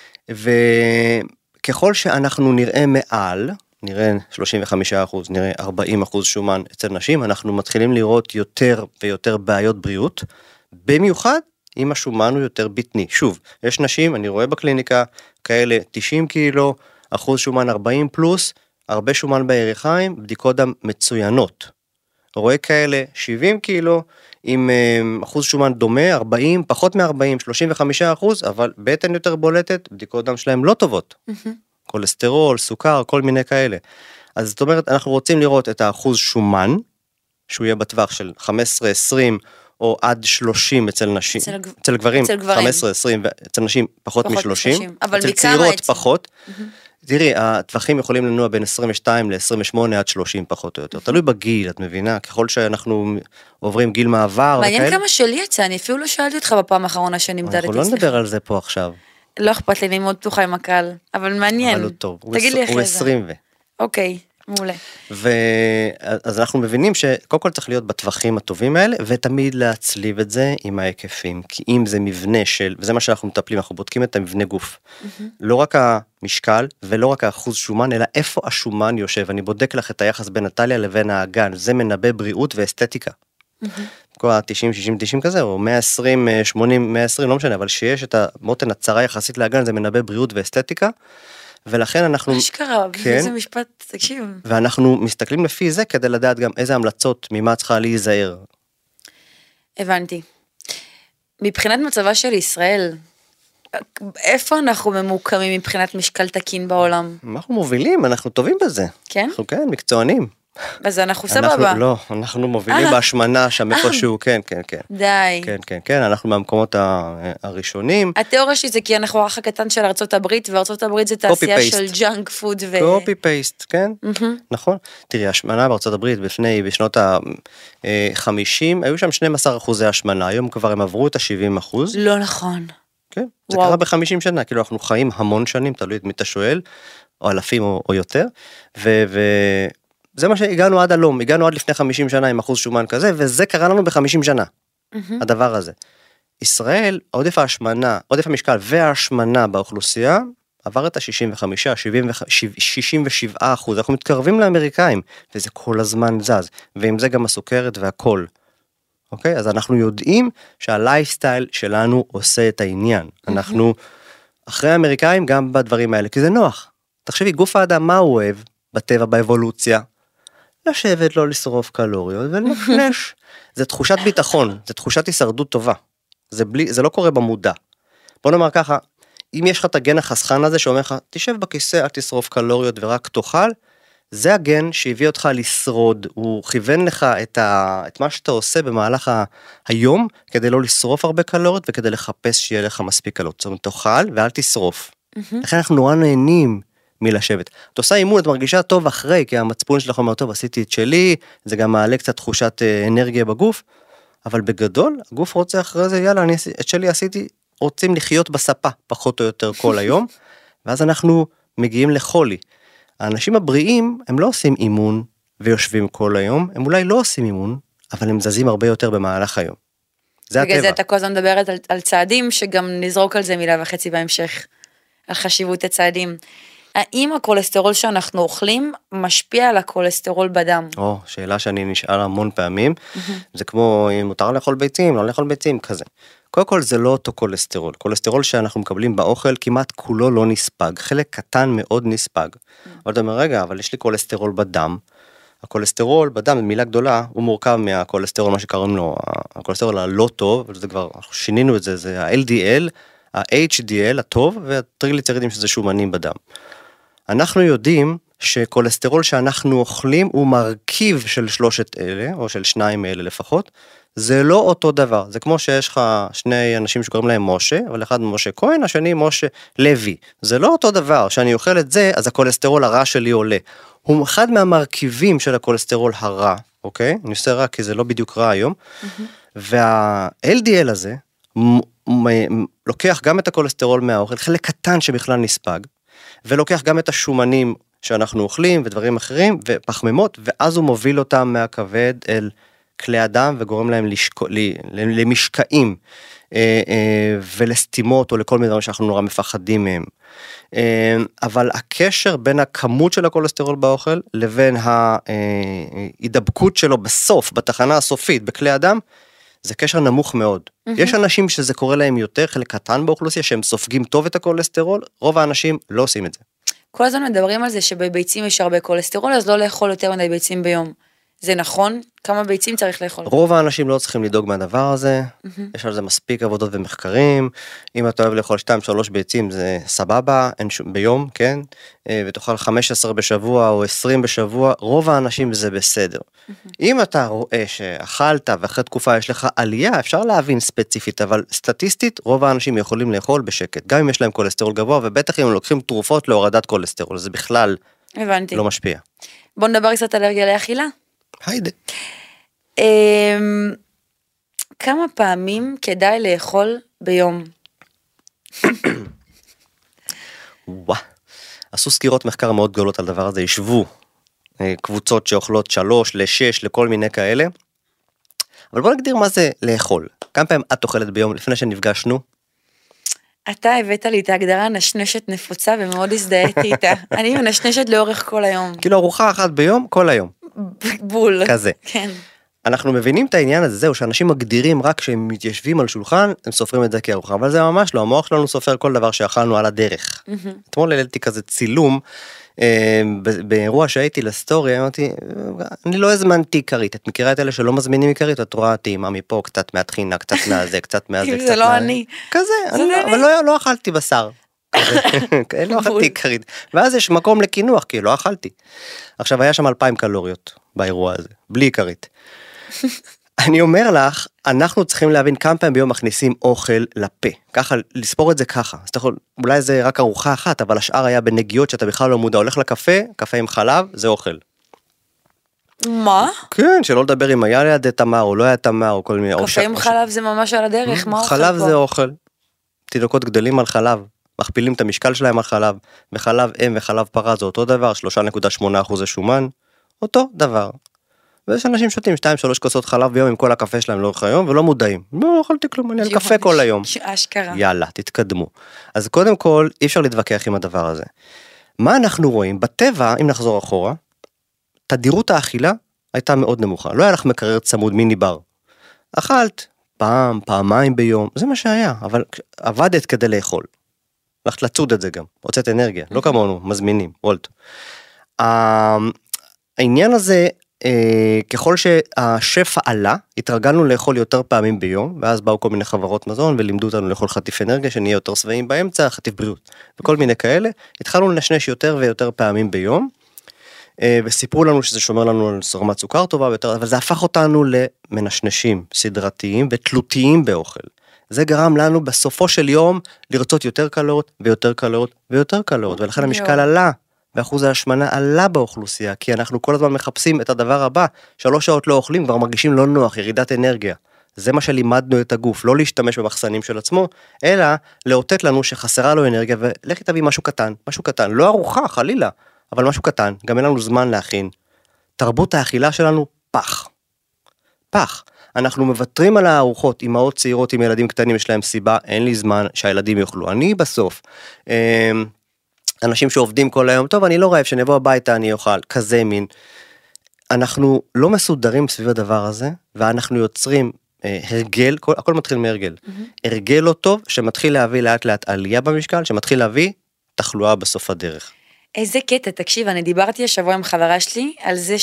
S3: וככל שאנחנו נראה מעל, נראה 35%, נראה 40% שומן אצל נשים, אנחנו מתחילים לראות יותר ויותר בעיות בריאות, במיוחד אם השומן הוא יותר בטני. שוב, יש נשים, אני רואה בקליניקה, כאלה 90 קילו, אחוז שומן 40 פלוס, הרבה שומן בירכיים, בדיקות דם מצוינות. רואה כאלה 70 קילו, עם אחוז שומן דומה, 40, פחות מ-40, 35%, אבל בטן יותר בולטת, בדיקות דם שלהם לא טובות. כולסטרול, סוכר, כל מיני כאלה. אז זאת אומרת, אנחנו רוצים לראות את האחוז שומן, שהוא יהיה בטווח של 15-20, או עד 30 אצל נשים, אצל גברים, 15-20, אצל נשים פחות מ-30, אצל צעירות פחות. תראי, הטווחים יכולים לנוע בין 22 ל-28 עד 30 פחות או יותר. תלוי בגיל, את מבינה? ככל שאנחנו עוברים גיל מעבר.
S2: מעניין כמה שלי יצא, אני אפילו לא שאלתי אותך בפעם האחרונה שנמדדתי.
S3: אנחנו לא נדבר על זה פה עכשיו.
S2: לא אכפת לי, אני מאוד פתוחה עם הקהל, אבל מעניין.
S3: אבל הוא טוב.
S2: תגיד לי אחרי זה.
S3: הוא 20 ו...
S2: אוקיי, מעולה.
S3: אז אנחנו מבינים שקודם כל צריך להיות בטווחים הטובים האלה, ותמיד להצליב את זה עם ההיקפים, כי אם זה מבנה של, וזה מה שאנחנו מטפלים, אנחנו בודקים את המבנה גוף. לא רק המשקל, ולא רק האחוז שומן, אלא איפה השומן יושב. אני בודק לך את היחס בין הטליה לבין האגן, זה מנבא בריאות ואסתטיקה. כל ה-90, 60, 90 כזה, או 120, 80, 120, לא משנה, אבל שיש את המותן הצרה יחסית לאגן, זה מנבא בריאות ואסתטיקה, ולכן אנחנו...
S2: אשכרה, איזה משפט, תקשיב.
S3: ואנחנו מסתכלים לפי זה, כדי לדעת גם איזה המלצות, ממה צריכה להיזהר.
S2: הבנתי. מבחינת מצבה של ישראל, איפה אנחנו ממוקמים מבחינת משקל תקין בעולם?
S3: אנחנו מובילים, אנחנו טובים בזה.
S2: כן?
S3: אנחנו כן, מקצוענים.
S2: אז אנחנו סבבה.
S3: לא, אנחנו מובילים בהשמנה שם איפשהו, כן.
S2: די.
S3: כן, אנחנו מהמקומות הראשונים.
S2: התיאוריה שלי זה כי אנחנו האח הקטן של ארצות הברית, וארצות הברית זה תעשייה של ג'אנק פוד ו...
S3: קופי פייסט, כן, נכון. תראי, השמנה בארצות הברית בשנות ה-50, היו שם 12% השמנה, היום כבר הם עברו את ה-70%.
S2: לא נכון.
S3: כן, זה קרה ב-50 שנה, כאילו אנחנו חיים המון שנים, תלוי את מי אתה שואל, או אלפים או יותר, זה מה שהגענו עד הלום, הגענו עד לפני 50 שנה עם אחוז שומן כזה, וזה קרה לנו ב-50 שנה, הדבר הזה. ישראל, עודף המשקל וההשמנה באוכלוסייה, עבר את ה-65, 67%, אנחנו מתקרבים לאמריקאים, וזה כל הזמן זז, ועם זה גם הסוכרת והכל. אוקיי? אז אנחנו יודעים שהלייפסטייל שלנו עושה את העניין. אנחנו אחרי האמריקאים גם בדברים האלה, כי זה נוח. תחשבי, גוף האדם, מה הוא אוהב בטבע, באבולוציה? לשבת, לא לשרוף קלוריות ולנפנש. זה תחושת ביטחון, זה תחושת הישרדות טובה. זה לא קורה במודע. בוא נאמר ככה, אם יש לך את הגן החסכן הזה שאומר לך, תשב בכיסא, אל תשרוף קלוריות ורק תאכל, זה הגן שהביא אותך לשרוד, הוא כיוון לך את מה שאתה עושה במהלך היום, כדי לא לשרוף הרבה קלוריות, וכדי לחפש שיהיה לך מספיק קלוריות. זאת אומרת, תאכל ואל תשרוף. לכן אנחנו נורא נהנים מלשבת. אתה עושה אימון, את מרגישה טוב אחרי, כי המצפון שלך אומר, טוב, עשיתי את שלי, זה גם מעלה קצת תחושת אנרגיה בגוף, אבל בגדול, הגוף רוצה אחרי זה, יאללה, אני את שלי עשיתי, רוצים לחיות בספה, פחות או יותר כל היום, ואז אנחנו מגיעים לחולי. האנשים הבריאים, הם לא עושים אימון ויושבים כל היום, הם אולי לא עושים אימון, אבל הם זזים הרבה יותר במהלך היום. זה הטבע.
S2: בגלל זה אתה כל הזמן מדברת על צעדים, שגם נזרוק על זה מילה וחצי בהמשך, על חשיבות הצעדים. האם הכולסטרול שאנחנו אוכלים משפיע על הכולסטרול בדם?
S3: שאלה שאני נשאל המון פעמים, זה כמו אם מותר לאכול ביצים, לא לאכול ביצים, כזה. קודם כל זה לא אותו קולסטרול, קולסטרול שאנחנו מקבלים באוכל כמעט כולו לא נספג, חלק קטן מאוד נספג. אבל אתה אומר, רגע, אבל יש לי קולסטרול בדם, הקולסטרול בדם, מילה גדולה, הוא מורכב מהקולסטרול, מה שקוראים לו, הקולסטרול הלא טוב, וזה כבר, שינינו את זה, זה ה-LDL, ה-HDL הטוב, והטריגליצרידים שזה שומנים בדם. אנחנו יודעים שקולסטרול שאנחנו אוכלים הוא מרכיב של שלושת אלה, או של שניים אלה לפחות, זה לא אותו דבר, זה כמו שיש לך שני אנשים שקוראים להם משה, אבל אחד משה כהן, השני משה לוי, זה לא אותו דבר, שאני אוכל את זה, אז הקולסטרול הרע שלי עולה, הוא אחד מהמרכיבים של הקולסטרול הרע, אוקיי? אני עושה רע כי זה לא בדיוק רע היום, וה-LDL הזה, לוקח גם את הקולסטרול מהאוכל, חלק קטן שבכלל נספג, ולוקח גם את השומנים שאנחנו אוכלים ודברים אחרים ופחמימות, ואז הוא מוביל אותם מהכבד אל כלי הדם וגורם להם למשקעים ולסתימות או לכל מיני דברים שאנחנו נורא מפחדים מהם. אבל הקשר בין הכמות של הקולסטרול באוכל לבין ההידבקות שלו בסוף, בתחנה הסופית, בכלי הדם, זה קשר נמוך מאוד. יש אנשים שזה קורה להם יותר, חלק קטן באוכלוסייה, שהם סופגים טוב את הקולסטרול, רוב האנשים לא עושים את זה.
S2: כל הזמן מדברים על זה שבביצים יש הרבה קולסטרול, אז לא לאכול יותר מדי ביצים ביום. זה נכון? כמה ביצים צריך לאכול?
S3: רוב האנשים לא צריכים לדאוג מהדבר הזה, יש על זה מספיק עבודות ומחקרים, אם אתה אוהב לאכול 2-3 ביצים זה סבבה, ביום, כן? ותאכל 15 בשבוע או 20 בשבוע, רוב האנשים זה בסדר. אם אתה רואה שאכלת ואחרי תקופה יש לך עלייה, אפשר להבין ספציפית, אבל סטטיסטית רוב האנשים יכולים לאכול בשקט, גם אם יש להם קולסטרול גבוה, ובטח אם הם לוקחים תרופות להורדת קולסטרול, זה בכלל לא משפיע.
S2: בוא נדבר קצת אלרגיה לאכילה.
S3: היידה.
S2: כמה פעמים כדאי לאכול ביום?
S3: עשו סקירות מחקר מאוד גדולות על דבר הזה, ישבו קבוצות שאוכלות 3 ל-6 לכל מיני כאלה, אבל בוא נגדיר מה זה לאכול. כמה פעמים את אוכלת ביום לפני שנפגשנו?
S2: אתה הבאת לי את ההגדרה נשנשת נפוצה ומאוד הזדהיתי איתה. אני מנשנשת לאורך כל היום.
S3: כאילו ארוחה אחת ביום, כל היום.
S2: בול.
S3: כזה.
S2: כן. אנחנו
S3: מבינים את העניין הזה, זהו, שאנשים מגדירים רק כשהם מתיישבים על שולחן, הם סופרים את זה כארוחה, אבל זה ממש לא, המוח שלנו סופר כל דבר שאכלנו על הדרך. אתמול העליתי כזה צילום, באירוע שהייתי לסטורי, אמרתי, אני לא הזמנתי כרית, את מכירה את אלה שלא מזמינים כרית, את רואה טעימה מפה, קצת מהטחינה, קצת מהזה, קצת מהזה,
S2: זה לא אני.
S3: כזה, אבל לא אכלתי בשר. לא אכלתי כרית, ואז יש מקום לקינוח, כי לא אכלתי. עכשיו היה שם 2,000 קלוריות באירוע הזה, בלי כרית. אני אומר לך, אנחנו צריכים להבין כמה פעמים ביום מכניסים אוכל לפה, ככה, לספור את זה ככה, אז אתה יכול, אולי זה רק ארוחה אחת, אבל השאר היה בנגיעות שאתה בכלל לא מודע, הולך לקפה, קפה עם חלב, זה אוכל.
S2: מה?
S3: כן, שלא לדבר אם היה ליד תמר או לא היה תמר, או כל מיני...
S2: קפה עם חלב זה ממש על הדרך, מה אוכל פה?
S3: חלב זה אוכל, תינוקות גדלים על חלב, מכפילים את המשקל שלהם על חלב, וחלב אם וחלב פרה זה אותו דבר, 3.8% שומן, אותו דבר. ויש אנשים שותים 2-3 כוסות חלב ביום עם כל הקפה שלהם לאורך היום, ולא מודעים. לא אכלתי כלום, אני על קפה כל היום.
S2: אשכרה.
S3: יאללה, תתקדמו. אז קודם כל, אי אפשר להתווכח עם הדבר הזה. מה אנחנו רואים? בטבע, אם נחזור אחורה, תדירות האכילה הייתה מאוד נמוכה. לא היה לך מקרר צמוד מיני בר. אכלת פעם, פעמיים ביום, זה מה שהיה, אבל עבדת כדי לאכול. הלכת לצוד את זה גם, הוצאת אנרגיה, לא כמונו, מזמינים, וולט. העניין הזה, ככל שהשפע עלה, התרגלנו לאכול יותר פעמים ביום, ואז באו כל מיני חברות מזון, ולימדו אותנו לאכול חטיף אנרגיה, שנהיה יותר שבעים באמצע, חטיף בריאות, וכל מיני כאלה, התחלנו לנשנש יותר ויותר פעמים ביום, וסיפרו לנו שזה שומר לנו על רמת סוכר טובה ביותר, אבל זה הפך אותנו למנשנשים סדרתיים ותלותיים באוכל. זה גרם לנו בסופו של יום לרצות יותר קלוריות ויותר קלוריות ויותר קלוריות, ולכן המשקל עלה, ואחוז ההשמנה עלה באוכלוסייה, כי אנחנו כל הזמן מחפשים את הדבר הבא, 3 שעות לא אוכלים, כבר מרגישים לא נוח, ירידת אנרגיה. זה מה שלימדנו את הגוף, לא להשתמש במחסנים של עצמו, אלא לאותת לנו שחסרה לו אנרגיה, ולכי תביא משהו קטן, לא ארוחה, חלילה, אבל משהו קטן, גם אין לנו זמן להכין. תרבות האכילה שלנו, פח. אנחנו מוותרים על הארוחות, אמהות צעירות עם ילדים קטנים, יש להם סיבה, אין לי זמן שהילדים יאכלו. אני בסוף, אנשים שעובדים כל היום, טוב, אני לא רעב, שאני אבוא הביתה, אני אוכל, כזה מין. אנחנו לא מסודרים סביב הדבר הזה, ואנחנו יוצרים הרגל, הכל מתחיל מהרגל. הרגל לא טוב, שמתחיל להביא לאט לאט עלייה במשקל, שמתחיל להביא תחלואה בסוף הדרך.
S2: איזה קטע, תקשיב, אני דיברתי השבוע עם חברה שלי, על זה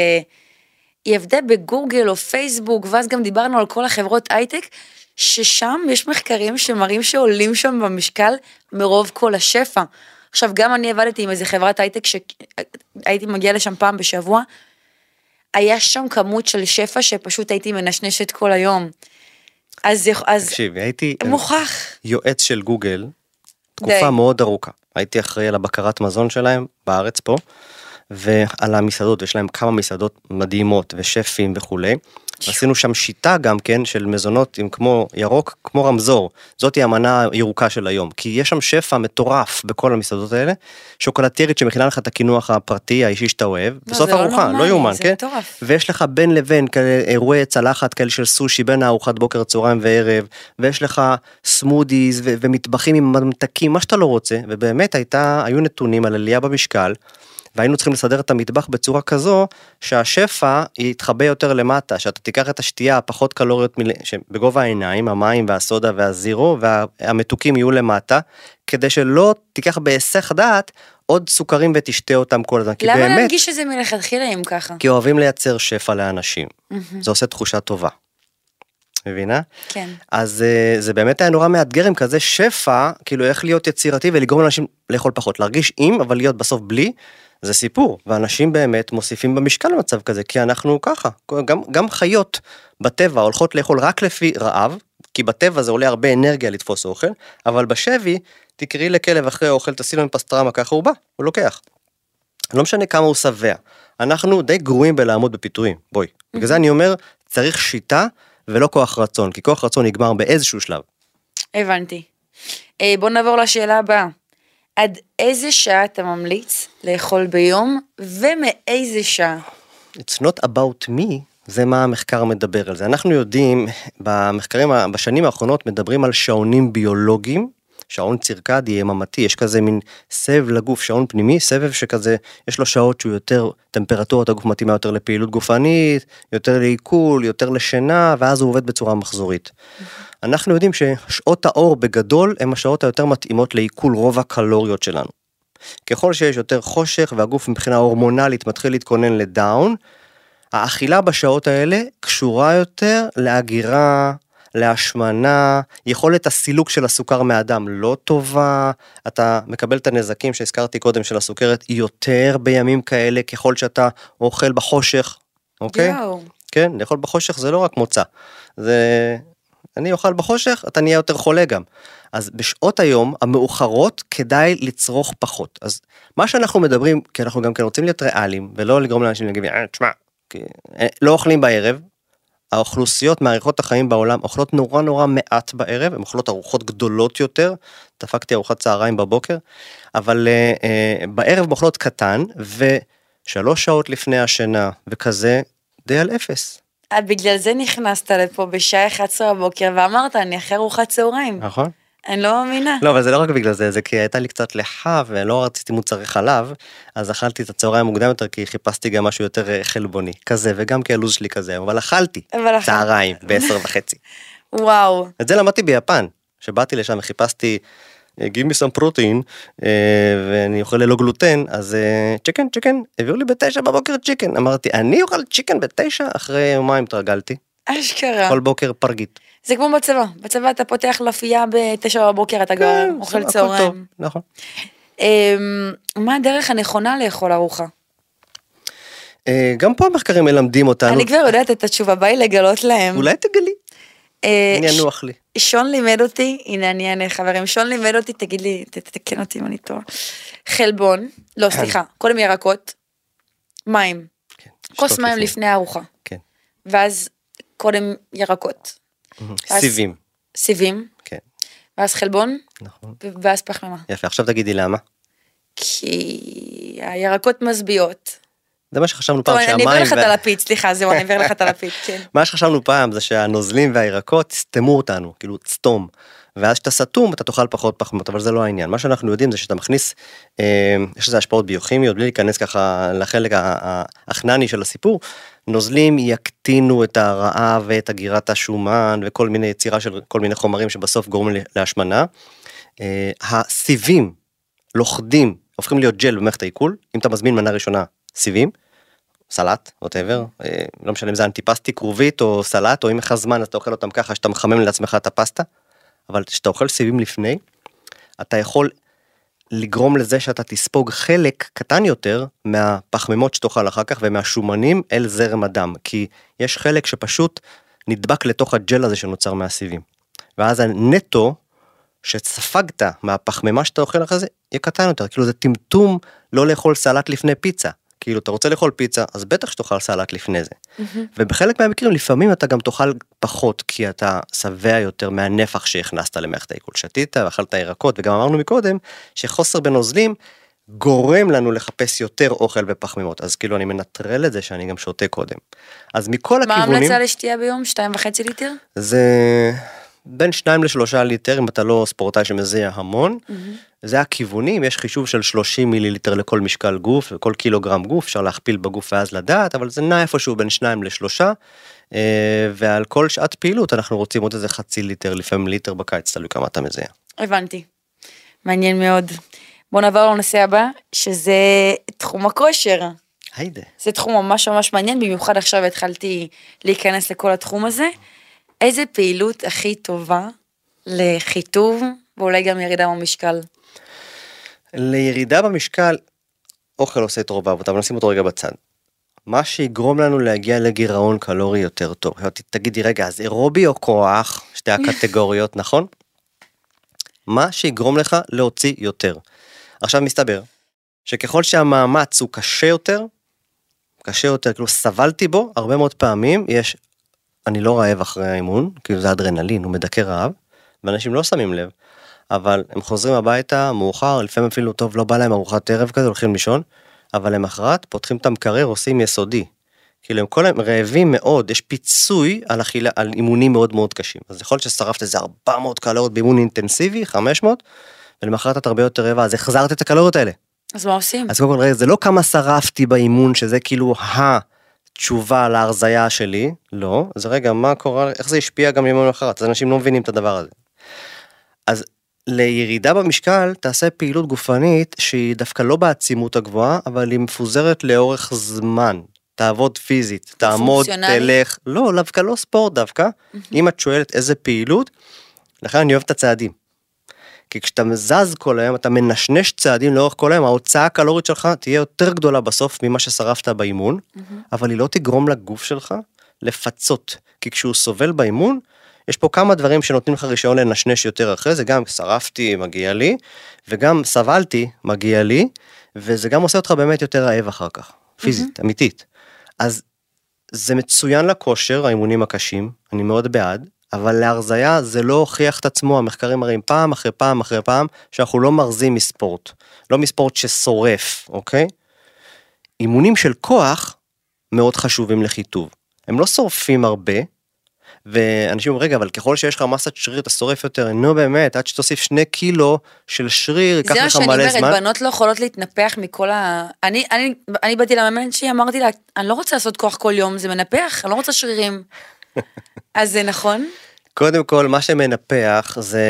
S2: היא עבדה בגוגל או פייסבוק, ואז גם דיברנו על כל החברות הייטק, ששם יש מחקרים שמראים שעולים שם במשקל מרוב כל השפע. עכשיו, גם אני עבדתי עם איזה חברת הייטק שהייתי מגיעה לשם פעם בשבוע, היה שם כמות של שפע שפשוט הייתי מנשנשת כל היום. אז
S3: תקשיב, הייתי
S2: מוכח.
S3: יועץ של גוגל, תקופה מאוד ארוכה. הייתי אחראי על הבקרת מזון שלהם בארץ פה, ועל המסעדות, יש להם כמה מסעדות מדהימות ושפים וכולי. עשינו שם שיטה גם כן של מזונות עם כמו ירוק, כמו רמזור. זאת היא המנה הירוקה של היום, כי יש שם שפע מטורף בכל המסעדות האלה, שוקולטרית שמכינה לך את הכינוח הפרטי, האישי שאתה אוהב, בסוף ארוחה, לא יומן, כן? ויש לך בין לבין אירועי צלחת כאלה של סושי, בין הארוחת בוקר, צהריים וערב, ויש לך סמודיז ומטבחים עם ממתקים, מה שאתה לא רוצה, ובאמת היו נתונים על עלייה במשקל, והיינו צריכים לסדר את המטבח בצורה כזו, שהשפע יתחבא יותר למטה, שאתה תיקח את השתייה, פחות קלוריות בגובה העיניים, המים והסודה והזירו, והמתוקים יהיו למטה, כדי שלא תיקח בהיסח דעת עוד סוכרים ותשתה אותם כל הזמן.
S2: למה להרגיש שזה מלכתחילה אם ככה?
S3: כי אוהבים לייצר שפע לאנשים. זה עושה תחושה טובה. מבינה?
S2: כן.
S3: אז זה באמת היה נורא מאתגר עם כזה שפע, כאילו איך להיות יצירתי ולגרום לאנשים לאכול פחות, להרגיש עם, אבל להיות בסוף בלי, זה סיפור, ואנשים באמת מוסיפים במשקל למצב כזה, כי אנחנו ככה, גם חיות בטבע הולכות לאכול רק לפי רעב, כי בטבע זה עולה הרבה אנרגיה לתפוס אוכל, אבל בשבי, תקראי לכלב אחרי האוכל, תשים לו עם פסטרמה, ככה הוא בא, הוא לוקח. לא משנה כמה הוא שבע, אנחנו די גרועים בלעמוד בפיתויים, בואי. בגלל זה אני אומר, צריך שיטה ולא כוח רצון, כי כוח רצון נגמר באיזשהו שלב.
S2: הבנתי. בוא נעבור לשאלה הבאה. עד איזה שעה אתה ממליץ לאכול ביום, ומאיזה שעה?
S3: It's not about me, זה מה המחקר מדבר על זה. אנחנו יודעים, במחקרים, בשנים האחרונות מדברים על שעונים ביולוגיים, שעון צירקדי, יממתי, יש כזה מין סבב לגוף, שעון פנימי, סבב שכזה, יש לו שעות שהוא יותר, טמפרטורת הגוף מתאימה יותר לפעילות גופנית, יותר לעיכול, יותר לשינה, ואז הוא עובד בצורה מחזורית. אנחנו יודעים ששעות האור בגדול, הן השעות היותר מתאימות לעיכול רוב הקלוריות שלנו. ככל שיש יותר חושך, והגוף מבחינה הורמונלית מתחיל להתכונן לדאון, האכילה בשעות האלה קשורה יותר להגירה, להשמנה, יכולת הסילוק של הסוכר מהדם לא טובה, אתה מקבל את הנזקים שהזכרתי קודם של הסוכרת יותר בימים כאלה, ככל שאתה אוכל בחושך, אוקיי? כן, לאכול בחושך זה לא רק מוצא, זה, אני אוכל בחושך, אתה נהיה יותר חולה גם. אז בשעות היום המאוחרות כדאי לצרוך פחות. אז מה שאנחנו מדברים, כי אנחנו גם כן רוצים להיות ריאליים, ולא לגרום לאנשים להגיד, תשמע, לא אוכלים בערב, האוכלוסיות מעריכות החיים בעולם אוכלות נורא נורא מעט בערב, הן אוכלות ארוחות גדולות יותר, דפקתי ארוחת צהריים בבוקר, אבל בערב אוכלות קטן, ו3 שעות לפני השינה, וכזה די על 0.
S2: בגלל זה נכנסת לפה בשעה 11 בבוקר, ואמרת, אני אחרי ארוחת צהריים.
S3: נכון.
S2: אני לא מאמינה.
S3: לא, אבל זה לא רק בגלל זה, זה כי הייתה לי קצת לחה, ולא רציתי מוצרי חלב, אז אכלתי את הצהריים מוקדם יותר, כי חיפשתי גם משהו יותר חלבוני, כזה, וגם כי הלוז שלי כזה, אבל אכלתי צהריים ב10:30.
S2: וואו.
S3: את זה למדתי ביפן, שבאתי לשם וחיפשתי, give me some protein, ואני אוכל ללא גלוטן, אז צ'יקן, הביאו לי ב9 בבוקר צ'יקן, אמרתי, אני אוכל צ'יקן ב9, אחרי יומיים תרגלתי.
S2: אשכרה.
S3: כל בוקר פרגית.
S2: זה כמו בצבא אתה פותח לפייה ב9 בבוקר, אתה גם אוכל צהריים.
S3: נכון.
S2: מה הדרך הנכונה לאכול ארוחה?
S3: גם פה המחקרים מלמדים אותנו.
S2: אני כבר יודעת את התשובה, באי לגלות להם.
S3: אולי תגלי. אני אנוח לי.
S2: שון לימד אותי, הנה אני אענה חברים, שון לימד אותי, תגיד לי, תתקן אותי אם אני טועה. חלבון, לא סליחה, קודם ירקות, מים. כוס מים לפני הארוחה.
S3: כן.
S2: ואז קודם ירקות.
S3: סיבים.
S2: סיבים.
S3: כן.
S2: ואז חלבון.
S3: נכון.
S2: ואז פחמימה.
S3: יפה, עכשיו תגידי למה.
S2: כי הירקות משביעות.
S3: זה מה שחשבנו פעם,
S2: טוב, אני אעביר לך את הלפיד, סליחה, זהו, אני אעביר לך את הלפיד, כן.
S3: מה שחשבנו פעם זה שהנוזלים והירקות סתמו אותנו, כאילו סתום, ואז שאתה סתום אתה תאכל פחות פחמימות, אבל זה לא העניין. מה שאנחנו יודעים זה שאתה מכניס, יש לזה השפעות ביוכימיות, בלי להיכנס ככה לחלק החנני של הסיפור, נוזלים יקטינו את הרעב ואת הגירת השומן, וכל מיני יצירה של כל מיני חומרים שבסוף גורמים להשמנה. הסיבים לוכדים, הופכים להיות ג'ל במערכת העיכול, אם אתה מזמין מנה ראשונה סיבים, סלט, whatever, לא משנה אם זה אנטיפסטי, כרובית או סלט, או אם לך זמן אז אתה אוכל אותם ככה, שאתה מחמם לעצמך את הפסטה, אבל כשאתה אוכל סיבים לפני, אתה יכול לגרום לזה שאתה תספוג חלק קטן יותר מהפחמימות שתאכל אחר כך, ומהשומנים אל זרם הדם, כי יש חלק שפשוט נדבק לתוך הג'ל הזה שנוצר מהסיבים, ואז הנטו שספגת מהפחמימה שאתה אוכל אחרי זה, יהיה קטן יותר, כאילו זה טמטום לא לאכול סלט לפני פיצה, כאילו אתה רוצה לאכול פיצה, אז בטח שתאכל סלט לפני זה. ובחלק מהמקרים, לפעמים אתה גם תאכל פחות, כי אתה שבע יותר מהנפח שהכנסת למערכת העיכול. שתית ואכלת ירקות, וגם אמרנו מקודם, שחוסר בנוזלים גורם לנו לחפש יותר אוכל בפחמימות, אז כאילו אני מנטרל את זה שאני גם שותה קודם. אז מכל הכיוונים...
S2: מה המלצה לשתייה ביום? 2.5 ליטר?
S3: זה בין 2 ל3 ליטר, אם אתה לא ספורטאי שמזיע המון, זה הכיוונים, יש חישוב של 30 מיליליטר לכל משקל גוף, וכל קילוגרם גוף, אפשר להכפיל בגוף ואז לדעת, אבל זה נע איפשהו בין 2 ל3, ועל כל שעת פעילות אנחנו רוצים עוד איזה חצי ליטר, לפעמים ליטר בקיץ, תלוי כמה אתה מזיע.
S2: הבנתי, מעניין מאוד. בוא נעבור לנושא הבא, שזה תחום הכושר.
S3: היידה.
S2: זה תחום ממש ממש מעניין, במיוחד עכשיו התחלתי להיכנס לכל התחום הזה. איזה פעילות הכי טובה לחיטוב, ואולי גם ירידה במשקל?
S3: לירידה במשקל, אוכל עושה את רוב העבודה, אבל נשים אותו רגע בצד. מה שיגרום לנו להגיע לגירעון קלורי יותר טוב. תגידי רגע, אז אירובי או כוח, שתי הקטגוריות, נכון? מה שיגרום לך להוציא יותר. עכשיו מסתבר, שככל שהמאמץ הוא קשה יותר, כאילו סבלתי בו, הרבה מאוד פעמים יש, אני לא רעב אחרי האימון, כאילו זה אדרנלין, הוא מדכא רעב, ואנשים לא שמים לב, אבל הם חוזרים הביתה מאוחר, לפעמים אפילו טוב, לא בא להם ארוחת ערב כזה, הולכים לישון, אבל למחרת פותחים את המקרר, עושים יסודי, כאילו הם כל הם רעבים מאוד, יש פיצוי על אימונים מאוד מאוד קשים, אז יכול להיות ששרפת איזה 400 קלוריות באימון אינטנסיבי, 500, ולמחרת את הרבה יותר רעבה, אז החזרת את הקלוריות האלה.
S2: אז מה עושים?
S3: אז קודם כל, זה לא כמה שרפתי באימון, שזה כאילו התשובה להרזיה שלי, לא, אז רגע, מה קורה, איך זה השפיע גם אימון אחרת, אז אנשים לא מבינים את הדבר הזה. אז לירידה במשקל, תעשה פעילות גופנית, שהיא דווקא לא בעצימות הגבוהה, אבל היא מפוזרת לאורך זמן, תעבוד פיזית, תעמוד, תלך, לא, דווקא לא ספורט דווקא, אם את שואלת איזה פעילות, לכן אני אוהב את הצעדים. כי כשאתה מזז כל היום, אתה מנשנש צעדים לאורך כל היום, ההוצאה הקלורית שלך תהיה יותר גדולה בסוף ממה ששרפת באימון, אבל היא לא תגרום לגוף שלך לפצות, כי כשהוא סובל באימון, יש פה כמה דברים שנותנים לך רישיון לנשנש יותר אחרי זה, גם שרפתי, מגיע לי, וגם סבלתי, מגיע לי, וזה גם עושה אותך באמת יותר רעב אחר כך, פיזית, אמיתית. אז זה מצוין לכושר, האימונים הקשים, אני מאוד בעד, אבל להרזיה זה לא הוכיח את עצמו, המחקרים מראים פעם אחרי פעם אחרי פעם, שאנחנו לא מרזים מספורט, לא מספורט ששורף, אוקיי? אימונים של כוח מאוד חשובים לחיטוב, הם לא שורפים הרבה, ואנשים אומרים, רגע, אבל ככל שיש לך מסת שריר, אתה שורף יותר, נו באמת, עד שתוסיף 2 קילו של שריר, ייקח לך מלא זמן.
S2: זה מה שאני אומרת, בנות לא יכולות להתנפח מכל אני באתי למאמן שהיא, אמרתי לה, אני לא רוצה לעשות כוח כל יום, זה מנפח, אני לא רוצה שרירים. אז זה נכון?
S3: קודם כל, מה שמנפח זה,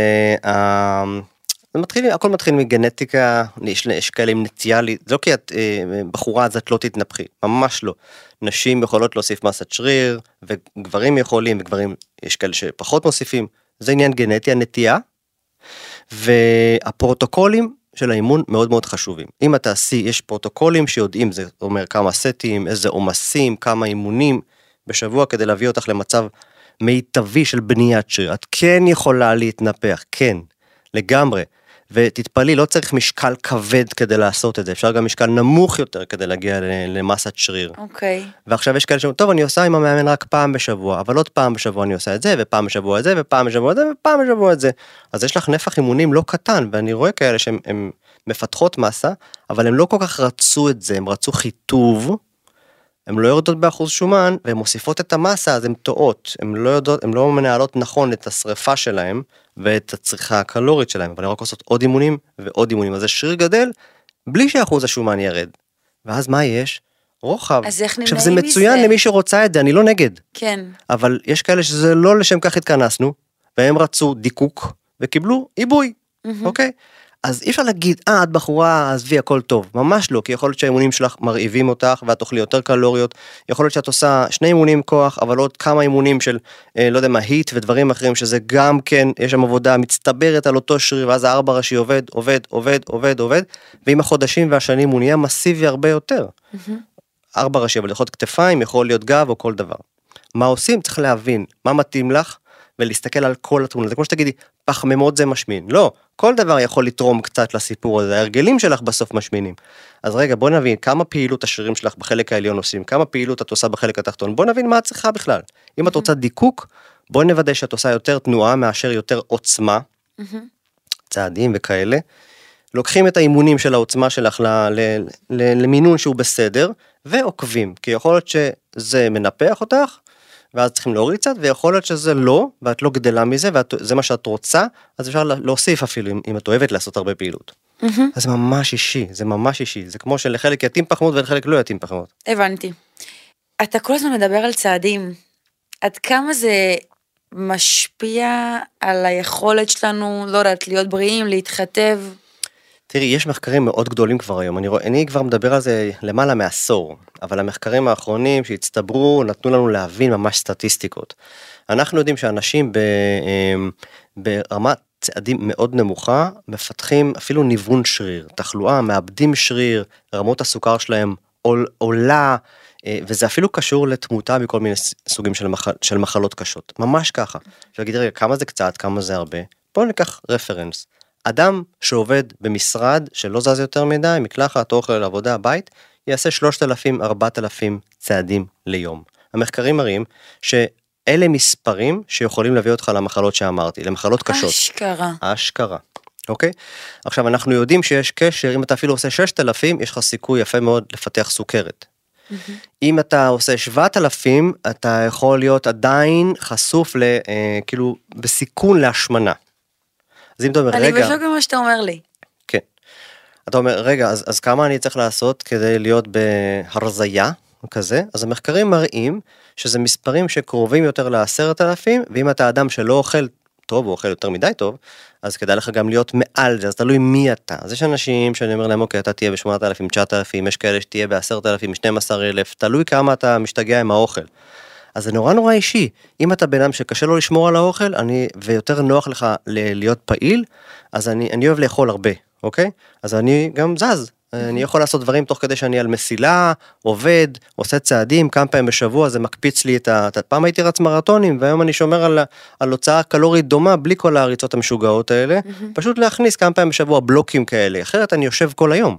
S3: הכל מתחיל מגנטיקה, יש כאלה עם נטייה, זה לא כי את בחורה אז את לא תתנפחי, ממש לא. נשים יכולות להוסיף מסת שריר, וגברים יכולים, וגברים יש כאלה שפחות מוסיפים, זה עניין גנטי, הנטייה, והפרוטוקולים של האימון מאוד מאוד חשובים. אם אתה עשי, יש פרוטוקולים שיודעים, זה אומר כמה סטים, איזה עומסים, כמה אימונים בשבוע, כדי להביא אותך למצב מיטבי של בניית שריר. את כן יכולה להתנפח, כן, לגמרי. ותתפלאי, לא צריך משקל כבד כדי לעשות את זה, אפשר גם משקל נמוך יותר כדי להגיע למסת שריר.
S2: אוקיי.
S3: ועכשיו יש כאלה שאומרים, טוב, אני עושה עם המאמן רק פעם בשבוע, אבל עוד פעם בשבוע אני עושה את זה, ופעם בשבוע את זה, ופעם בשבוע את זה, ופעם בשבוע את זה. אז יש לך נפח אימונים לא קטן, ואני רואה כאלה שהן מפתחות מסה, אבל הם לא כל כך רצו את זה, הם רצו חיטוב, הן לא יורדות באחוז שומן, והן מוסיפות את המסה, אז הן טועות, הן לא מנהלות נכון את השריפה שלהם, ואת הצריכה הקלורית שלהם, אבל הן רק עושות עוד אימונים ועוד אימונים, אז השריר גדל, בלי שאחוז השומן ירד. ואז מה יש? רוחב.
S2: אז איך נמנעים
S3: עכשיו זה מצוין למי שרוצה את זה, אני לא נגד.
S2: כן.
S3: אבל יש כאלה שזה לא לשם כך התכנסנו, והם רצו דיקוק, וקיבלו עיבוי, אוקיי? אז אי אפשר להגיד, את בחורה, עזבי, הכל טוב. ממש לא, כי יכול להיות שהאימונים שלך מרעיבים אותך, ואת תאכלי יותר קלוריות. יכול להיות שאת עושה 2 אימונים כוח, אבל עוד כמה אימונים של, לא יודע מה, היט ודברים אחרים, שזה גם כן, יש שם עבודה מצטברת על אותו שריר, ואז 4 ראשי עובד, ועם החודשים והשנים הוא נהיה מסיבי הרבה יותר. 4 ראשי, אבל יכול להיות כתפיים, יכול להיות גב או כל דבר. מה עושים? צריך להבין מה מתאים לך, ולהסתכל על כל התמונה. זה כמו שתגידי, פחמימות זה משמין. לא, כל דבר יכול לתרום קצת לסיפור הזה, ההרגלים שלך בסוף משמינים. אז רגע, בוא נבין כמה פעילות השרירים שלך בחלק העליון עושים, כמה פעילות את עושה בחלק התחתון, בוא נבין מה את צריכה בכלל. אם את רוצה דיקוק, בוא נוודא שאת עושה יותר תנועה מאשר יותר עוצמה, צעדים וכאלה. לוקחים את האימונים של העוצמה שלך למינון שהוא בסדר, ועוקבים, כי יכול להיות שזה מנפח אותך, ואז צריכים להוריד קצת, ויכול להיות שזה לא, ואת לא גדלה מזה, וזה מה שאת רוצה, אז אפשר להוסיף אפילו, אם את אוהבת לעשות הרבה פעילות. אז זה ממש אישי, זה כמו שלחלק יתאים פחמות, ולחלק לא יתאים פחמות.
S2: הבנתי. אתה כל הזמן מדבר על צעדים, עד כמה זה משפיע על היכולת שלנו, לא יודעת, להיות בריאים, להתחתב?
S3: תראי, יש מחקרים מאוד גדולים כבר היום, אני כבר מדבר על זה למעלה מעשור, אבל המחקרים האחרונים שהצטברו נתנו לנו להבין ממש סטטיסטיקות. אנחנו יודעים שאנשים ברמת צעדים מאוד נמוכה, מפתחים אפילו ניוון שריר, תחלואה, מאבדים שריר, רמות הסוכר שלהם עולה, וזה אפילו קשור לתמותה מכל מיני סוגים של מחלות קשות, ממש ככה. להגיד רגע, כמה זה קצת, כמה זה הרבה, בואו ניקח רפרנס. אדם שעובד במשרד שלא זז יותר מדי, מקלחת, אוכל, עבודה, בית, יעשה 3,000-4,000 צעדים ליום. המחקרים מראים שאלה מספרים שיכולים להביא אותך למחלות שאמרתי, למחלות קשות. אשכרה. אוקיי? עכשיו אנחנו יודעים שיש קשר, אם אתה אפילו עושה 6,000, יש לך סיכוי יפה מאוד לפתח סוכרת. אם אתה עושה 7,000, אתה יכול להיות עדיין חשוף כאילו בסיכון להשמנה. אז אם אתה אומר, רגע...
S2: אני בשוק ממה שאתה אומר לי.
S3: כן. אתה אומר, רגע, אז כמה אני צריך לעשות כדי להיות בהרזיה, כזה? אז המחקרים מראים שזה מספרים שקרובים יותר ל10,000, ואם אתה אדם שלא אוכל טוב, או אוכל יותר מדי טוב, אז כדאי לך גם להיות מעל זה, אז תלוי מי אתה. אז יש אנשים שאני אומר להם, אוקיי, אתה תהיה ב8,000, 9,000, יש כאלה שתהיה ב10,000, 12,000, תלוי כמה אתה משתגע עם האוכל. אז זה נורא אישי. אם אתה בן אדם שקשה לו לשמור על האוכל, ויותר נוח לך להיות פעיל, אז אני אוהב לאכול הרבה, אוקיי? אז אני גם זז. אני יכול לעשות דברים תוך כדי שאני על מסילה, עובד, עושה צעדים, כמה פעמים בשבוע, זה מקפיץ לי פעם הייתי רץ מרתונים, והיום אני שומר על הוצאה קלורית דומה, בלי כל הריצות המשוגעות האלה, פשוט להכניס כמה פעמים בשבוע בלוקים כאלה, אחרת אני יושב כל היום.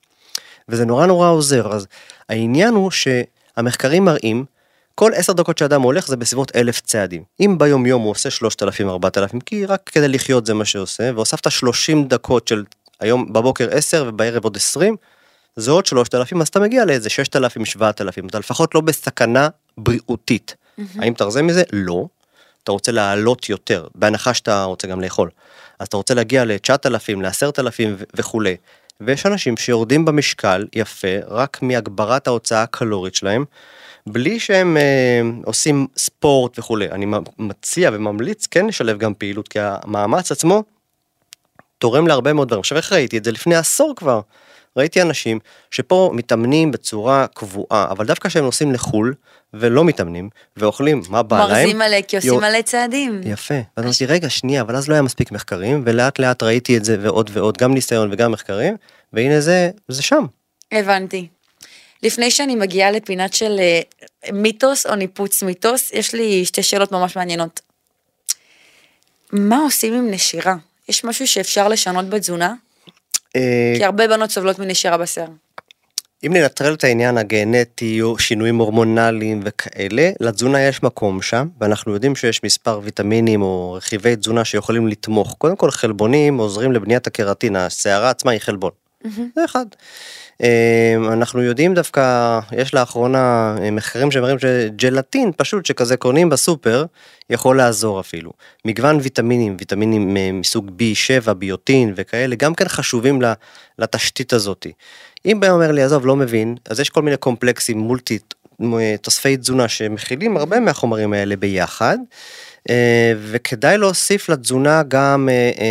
S3: וזה נורא עוזר. אז העניין הוא שהמחקרים מראים, כל 10 דקות שאדם הולך זה בסביבות 1,000 צעדים. אם ביום יום הוא עושה 3,000-4,000, כי רק כדי לחיות זה מה שעושה, והוספת 30 דקות של היום בבוקר 10 ובערב עוד 20, זה עוד 3,000, אז אתה מגיע לאיזה 6,000-7,000, אתה לפחות לא בסכנה בריאותית. האם תרזה מזה? לא. אתה רוצה לעלות יותר, בהנחה שאתה רוצה גם לאכול. אז אתה רוצה להגיע ל9,000, ל10,000 וכו'. ויש אנשים שיורדים במשקל יפה, רק מהגברת ההוצאה הקלורית שלהם, בלי שהם עושים ספורט וכו'. אני מציע וממליץ כן לשלב גם פעילות, כי המאמץ עצמו תורם להרבה מאוד דברים. עכשיו איך ראיתי את זה לפני עשור כבר, ראיתי אנשים שפה מתאמנים בצורה קבועה, אבל דווקא שהם נוסעים לחול ולא מתאמנים, ואוכלים מה בא להם.
S2: מרזים מלא, כי עושים מלא צעדים.
S3: יפה. ואז אמרתי, רגע, שנייה, אבל אז לא היה מספיק מחקרים, ולאט לאט ראיתי את זה ועוד ועוד, גם ניסיון וגם מחקרים, והנה זה שם.
S2: הבנתי. לפני שאני מגיעה לפינת של מיתוס או ניפוץ מיתוס, יש לי שתי שאלות ממש מעניינות. מה עושים עם נשירה? יש משהו שאפשר לשנות בתזונה? כי הרבה בנות סובלות מנשירה בשיער.
S3: אם ננטרל את העניין הגנטי או שינויים הורמונליים וכאלה, לתזונה יש מקום שם, ואנחנו יודעים שיש מספר ויטמינים או רכיבי תזונה שיכולים לתמוך. קודם כל חלבונים עוזרים לבניית הקרטין, השערה עצמה היא חלבון. זה אחד. אנחנו יודעים דווקא, יש לאחרונה מחקרים שמראים שג'לטין פשוט שכזה קונים בסופר, יכול לעזור אפילו. מגוון ויטמינים מסוג B7, ביוטין וכאלה, גם כן חשובים לתשתית הזאת. אם בא אומר לי, עזוב, לא מבין, אז יש כל מיני קומפלקסים מולטי, תוספי תזונה שמכילים הרבה מהחומרים האלה ביחד, וכדאי להוסיף לתזונה גם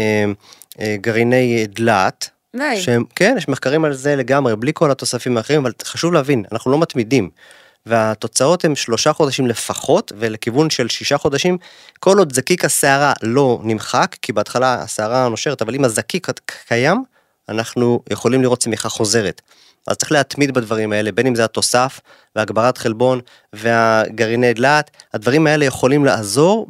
S3: גרעיני דלת, כן, יש מחקרים על זה לגמרי, בלי כל התוספים האחרים, אבל חשוב להבין, אנחנו לא מתמידים, והתוצאות הן 3 חודשים לפחות, ולכיוון של 6 חודשים, כל עוד זקיק השערה לא נמחק, כי בהתחלה השערה נושרת, אבל אם הזקיק קיים, אנחנו יכולים לראות צמיחה חוזרת. אז צריך להתמיד בדברים האלה, בין אם זה התוסף, והגברת חלבון, והגרעיני דלת, הדברים האלה יכולים לעזור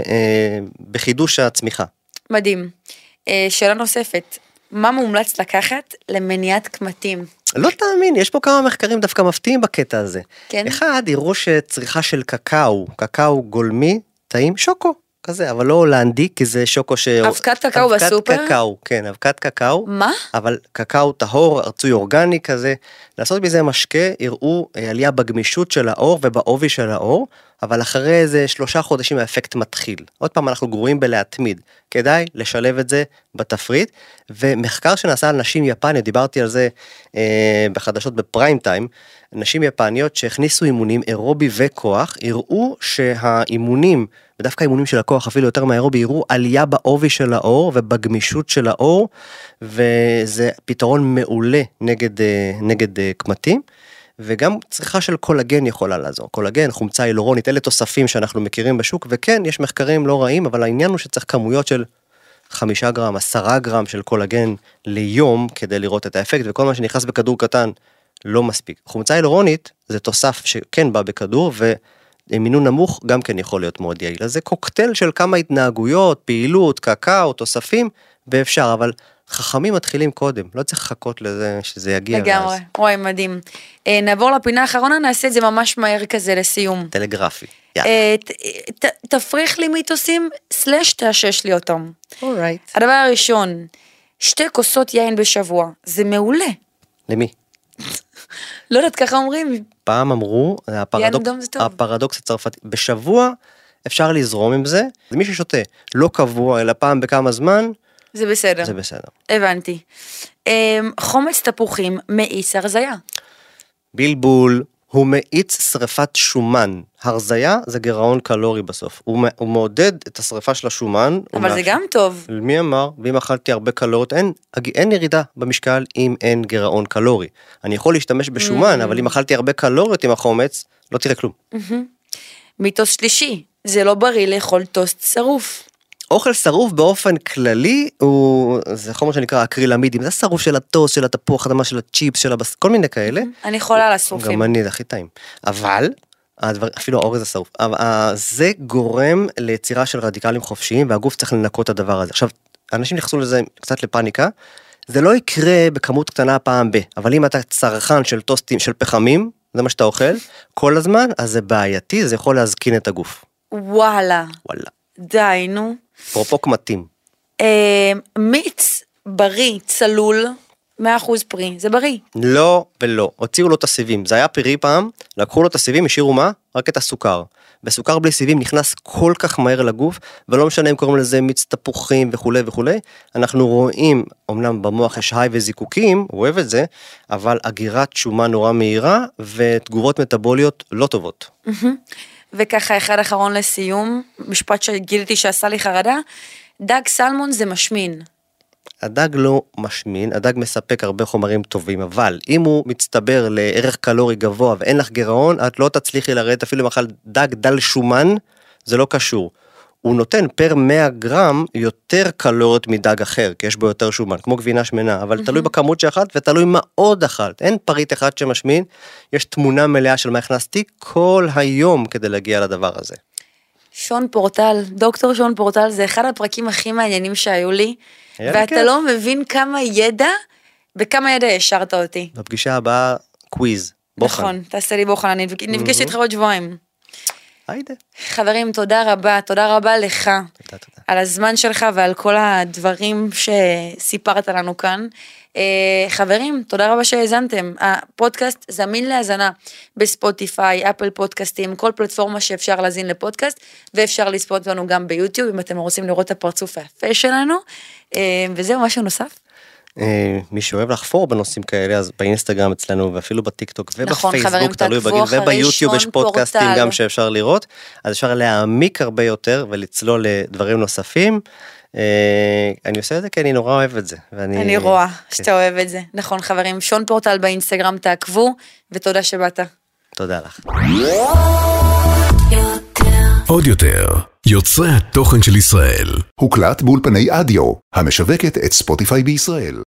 S3: בחידוש הצמיחה.
S2: מדהים. שאלה נוספת, מה מומלץ לקחת למניעת קמטים?
S3: לא תאמין, יש פה כמה מחקרים דווקא מפתיעים בקטע הזה.
S2: כן?
S3: אחד, יראו שצריכה של קקאו גולמי, טעים שוקו. כזה, אבל לא הולנדי, כי זה שוקו
S2: אבקת קקאו בסופר?
S3: אבקת קקאו, כן, אבקת קקאו.
S2: מה?
S3: אבל קקאו טהור, ארצוי אורגני כזה, לעשות מזה משקה, יראו עלייה בגמישות של האור ובעובי של האור, אבל אחרי איזה 3 חודשים האפקט מתחיל. עוד פעם אנחנו גרועים בלהתמיד, כדאי לשלב את זה בתפריט, ומחקר שנעשה על נשים יפניות, דיברתי על זה בחדשות בפריים טיים, נשים יפניות שהכניסו אימונים אירובי וכוח, יראו שהאימונים, ודווקא האימונים של הכוח אפילו יותר מהאירובי, יראו עלייה בעובי של האור ובגמישות של האור, וזה פתרון מעולה נגד קמטים, וגם צריכה של קולגן יכולה לעזור. קולגן, חומצה הילורונית, אלה תוספים שאנחנו מכירים בשוק, וכן, יש מחקרים לא רעים, אבל העניין הוא שצריך כמויות של 5 גרם, 10 גרם של קולגן ליום, כדי לראות את האפקט, וכל מה שנכנס בכדור קטן לא מספיק. חומצה הילורונית, זה תוסף שכן בא בכדור, ומינון נמוך גם כן יכול להיות מאוד יעיל. אז זה קוקטייל של כמה התנהגויות, פעילות, קקאו, תוספים, ואפשר, אבל חכמים מתחילים קודם, לא צריך לחכות לזה שזה יגיע.
S2: לגמרי, וואי, מדהים. נעבור לפינה האחרונה, נעשה את זה ממש מהר כזה לסיום.
S3: טלגרפי.
S2: תפריך לי מיתוסים, תאשש לי אותם.
S3: Alright.
S2: הדבר הראשון, 2 כוסות יין בשבוע, זה מעולה.
S3: למי?
S2: לא יודעת, ככה אומרים.
S3: פעם אמרו, הפרדוקס הצרפתי, בשבוע אפשר לזרום עם זה, זה מי ששותה לא קבוע, אלא פעם בכמה זמן,
S2: זה בסדר.
S3: זה בסדר.
S2: הבנתי. חומץ תפוחים מאיץ הרזיה.
S3: בלבול, הוא מאיץ שריפת שומן. הרזיה זה גירעון קלורי בסוף. הוא מעודד את השריפה של השומן.
S2: אבל זה גם טוב.
S3: מי אמר? ואם אכלתי הרבה קלוריות, אין ירידה במשקל אם אין גירעון קלורי. אני יכול להשתמש בשומן, אבל אם אכלתי הרבה קלוריות עם החומץ, לא תראה כלום.
S2: מיתוס שלישי, זה לא בריא לאכול טוסט שרוף.
S3: אוכל שרוף באופן כללי, זה חומר שנקרא אקרילמידים, זה שרוף של הטוסט, של התפוח, אדמה, של הצ'יפס, של כל מיני כאלה.
S2: אני יכולה לשרופים.
S3: גם אני, זה הכי טעים. אבל, אפילו האורז השרוף, זה גורם ליצירה של רדיקלים חופשיים, והגוף צריך לנקות את הדבר הזה. עכשיו, אנשים נכנסו לזה קצת לפאניקה, זה לא יקרה בכמות קטנה פעם אבל אם אתה צרכן של טוסטים, של פחמים, זה מה שאתה אוכל, כל הזמן, אז זה בעייתי, זה יכול להזקין את הגוף.
S2: וואלה. די, נו.
S3: פרופו קמטים.
S2: מיץ בריא, צלול, 100% פרי, זה בריא.
S3: לא ולא, הוציאו לו את הסיבים, זה היה פרי פעם, לקחו לו את הסיבים, השאירו מה? רק את הסוכר. וסוכר בלי סיבים נכנס כל כך מהר לגוף, ולא משנה אם קוראים לזה מיץ תפוחים וכו' וכו', אנחנו רואים, אמנם במוח יש היי וזיקוקים, הוא אוהב את זה, אבל אגירת שומן נורא מהירה, ותגובות מטאבוליות לא טובות.
S2: וככה אחד אחרון לסיום, משפט שגיליתי שעשה לי חרדה, דג סלמון זה משמין.
S3: הדג לא משמין, הדג מספק הרבה חומרים טובים, אבל אם הוא מצטבר לערך קלורי גבוה ואין לך גירעון, את לא תצליחי לרדת, אפילו אם אכל דג דל שומן, זה לא קשור. הוא נותן פר 100 גרם יותר קלוריות מדג אחר, כי יש בו יותר שומן, כמו גבינה שמנה, אבל תלוי בכמות שאכלת ותלוי מה עוד אכלת. אין פריט אחד שמשמין, יש תמונה מלאה של מה הכנסתי כל היום כדי להגיע לדבר הזה.
S2: שון פורטל, דוקטור שון פורטל, זה אחד הפרקים הכי מעניינים שהיו לי, ואתה לא מבין בכמה ידע השארת אותי.
S3: בפגישה הבאה, קוויז, בוחן.
S2: נכון, תעשה לי בוחן, אני נפגשת איתך עוד שבועיים.
S3: היידה.
S2: חברים, תודה רבה לך, על הזמן שלך ועל כל הדברים שסיפרת לנו כאן. חברים, תודה רבה שהאזנתם. הפודקאסט זמין להאזנה בספוטיפיי, אפל פודקאסטים, כל פלטפורמה שאפשר להזין לפודקאסט, ואפשר לספוט לנו גם ביוטיוב, אם אתם רוצים לראות את הפרצוף היפה שלנו. וזהו, משהו נוסף?
S3: מי שאוהב לחפור בנושאים כאלה, אז באינסטגרם אצלנו, ואפילו בטיקטוק ובפייסבוק, תלוי בגיל, וביוטיוב יש פודקאסטים גם שאפשר לראות, אז אפשר להעמיק הרבה יותר, ולצלול לדברים נוספים. אני עושה את זה כי אני נורא אוהב את זה.
S2: אני רואה שאתה אוהב את זה. נכון חברים, שון פורטל באינסטגרם תעקבו, ותודה שבאת.
S3: תודה לך.
S1: עוד יותר, יוצרי התוכן של ישראל.
S4: הוקלט באולפני אדיו, המשווקת את ספוטיפיי בישראל.